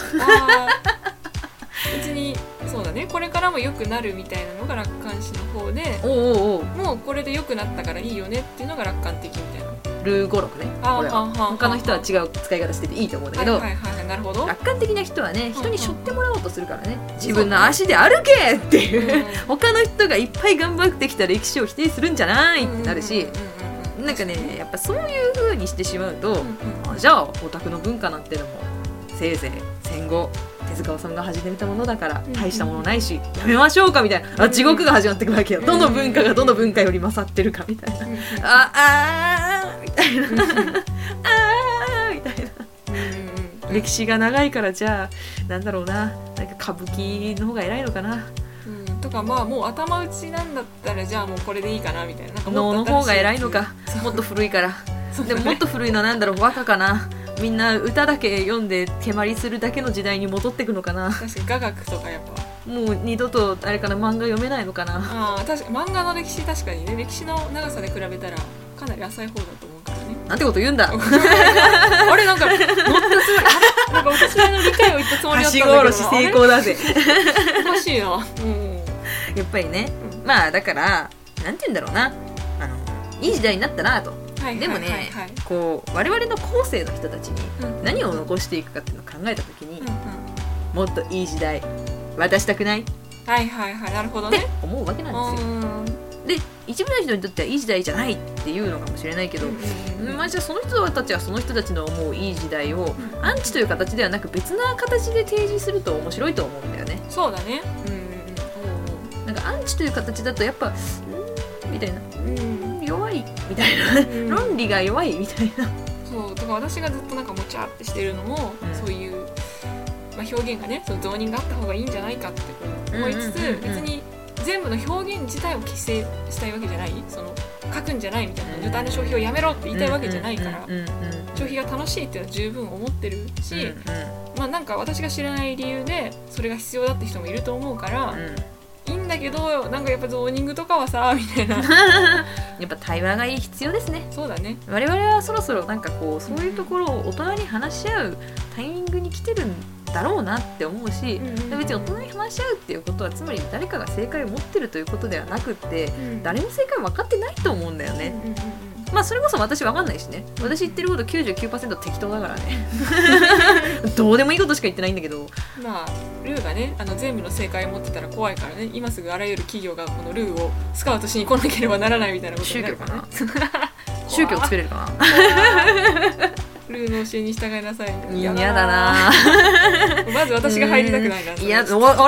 別にそうだね、これからも良くなるみたいなのが楽観視の方で、もうこれで良くなったからいいよねっていうのが楽観的みたいな。 ルー語録ね。これは他の人は違う使い方してていいと思うんだけど、 なるほど。 楽観的な人はね、人に背負ってもらおうとするからね、自分の足で歩けっていう、他の人がいっぱい頑張ってきた歴史を否定するんじゃないってなるし、なんかね、やっぱそういう風にしてしまうと、じゃあオタクの文化なんてのもせいぜい戦後手塚治虫が始めたものだから大したものないし、やめましょうかみたいな、地獄が始まってくるわけよ。どの文化がどの文化より勝ってるかみたいな、みたいなみたいな、歴史が長いからじゃあなんだろうな、なんか歌舞伎の方が偉いのかな、 とか、まあもう頭打ちなんだったらじゃあもうこれでいいかなみたいな、なんか能の方が偉いのか、もっと古いから。でももっと古いのはなんだろう、和歌かな。みんな歌だけ読んで手まりするだけの時代に戻ってくのかな。 確かに雅楽とかやっぱもう二度とあれかな、漫画読めないのかな。 確かに漫画の歴史、確かにね、歴史の長さで比べたらかなり浅い方だと思うからね。 なんてこと言うんだ。 あれ、なんか乗ったつもり、なんか私の理解を言ったつもりだったんだけど、 はしごおろし成功だぜ。 おかしいな。 やっぱりね、まあだからなんて言うんだろうな、いい時代になったなと。でもね、こう我々の後世の人たちに何を残していくかっていうのを考えたときに、もっといい時代渡したくない？ なるほどね。 って思うわけなんですよ。で、一部の人にとってはいい時代じゃないっていうのかもしれないけど、まあじゃあその人たちはその人たちの思ういい時代をアンチという形ではなく別な形で提示すると面白いと思うんだよね。 そうだね。 なんかアンチという形だとやっぱみたいな、弱いみたいな、論理が弱いみたいな。 そうだから私がずっとなんかもちゃってしてるのも、そういう、表現がね、その造人があった方がいいんじゃないかって思いつつ、別に全部の表現自体を規制したいわけじゃない、その書くんじゃないみたいな、女体の消費をやめろって言いたいわけじゃないから、消費が楽しいっていうのは十分思ってるし、まあなんか私が知らない理由でそれが必要だって人もいると思うから、いいんだけど、なんかやっぱゾーニングとかはさみたいなやっぱ対話が必要ですね。 そうだね。 我々はそろそろなんかこうそういうところを大人に話し合うタイミングに来てるんだろうなって思うし、別に大人に話し合うっていうことはつまり誰かが正解を持ってるということではなくって、誰も正解分かってないと思うんだよね。まあそれこそ私分かんないしね、私言ってること 99% 適当だからねどうでもいいことしか言ってないんだけど、 まあルーがね、全部の正解を持ってたら怖いからね、今すぐあらゆる企業がこのルーをスカウトしに来なければならないみたいなことになるからね。 宗教作れるかなルーの教えに従いなさい。 嫌だなまず私が入りたくないな。 いや、あ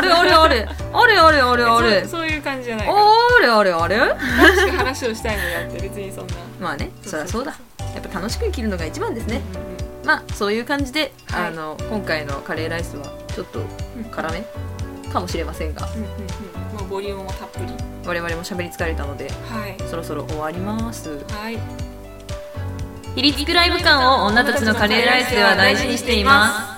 れそういう感じじゃないから。楽しく話をしたいのであって別にそんな。 まあね、そりゃそうだ。やっぱ楽しく生きるのが一番ですね。まあそういう感じで、今回のカレーライスはちょっと辛めかもしれませんが、 ボリュームもたっぷり。 我々も喋り疲れたので、そろそろ終わります。ヒリツクライブ感を女たちのカレーライスでは大事にしています。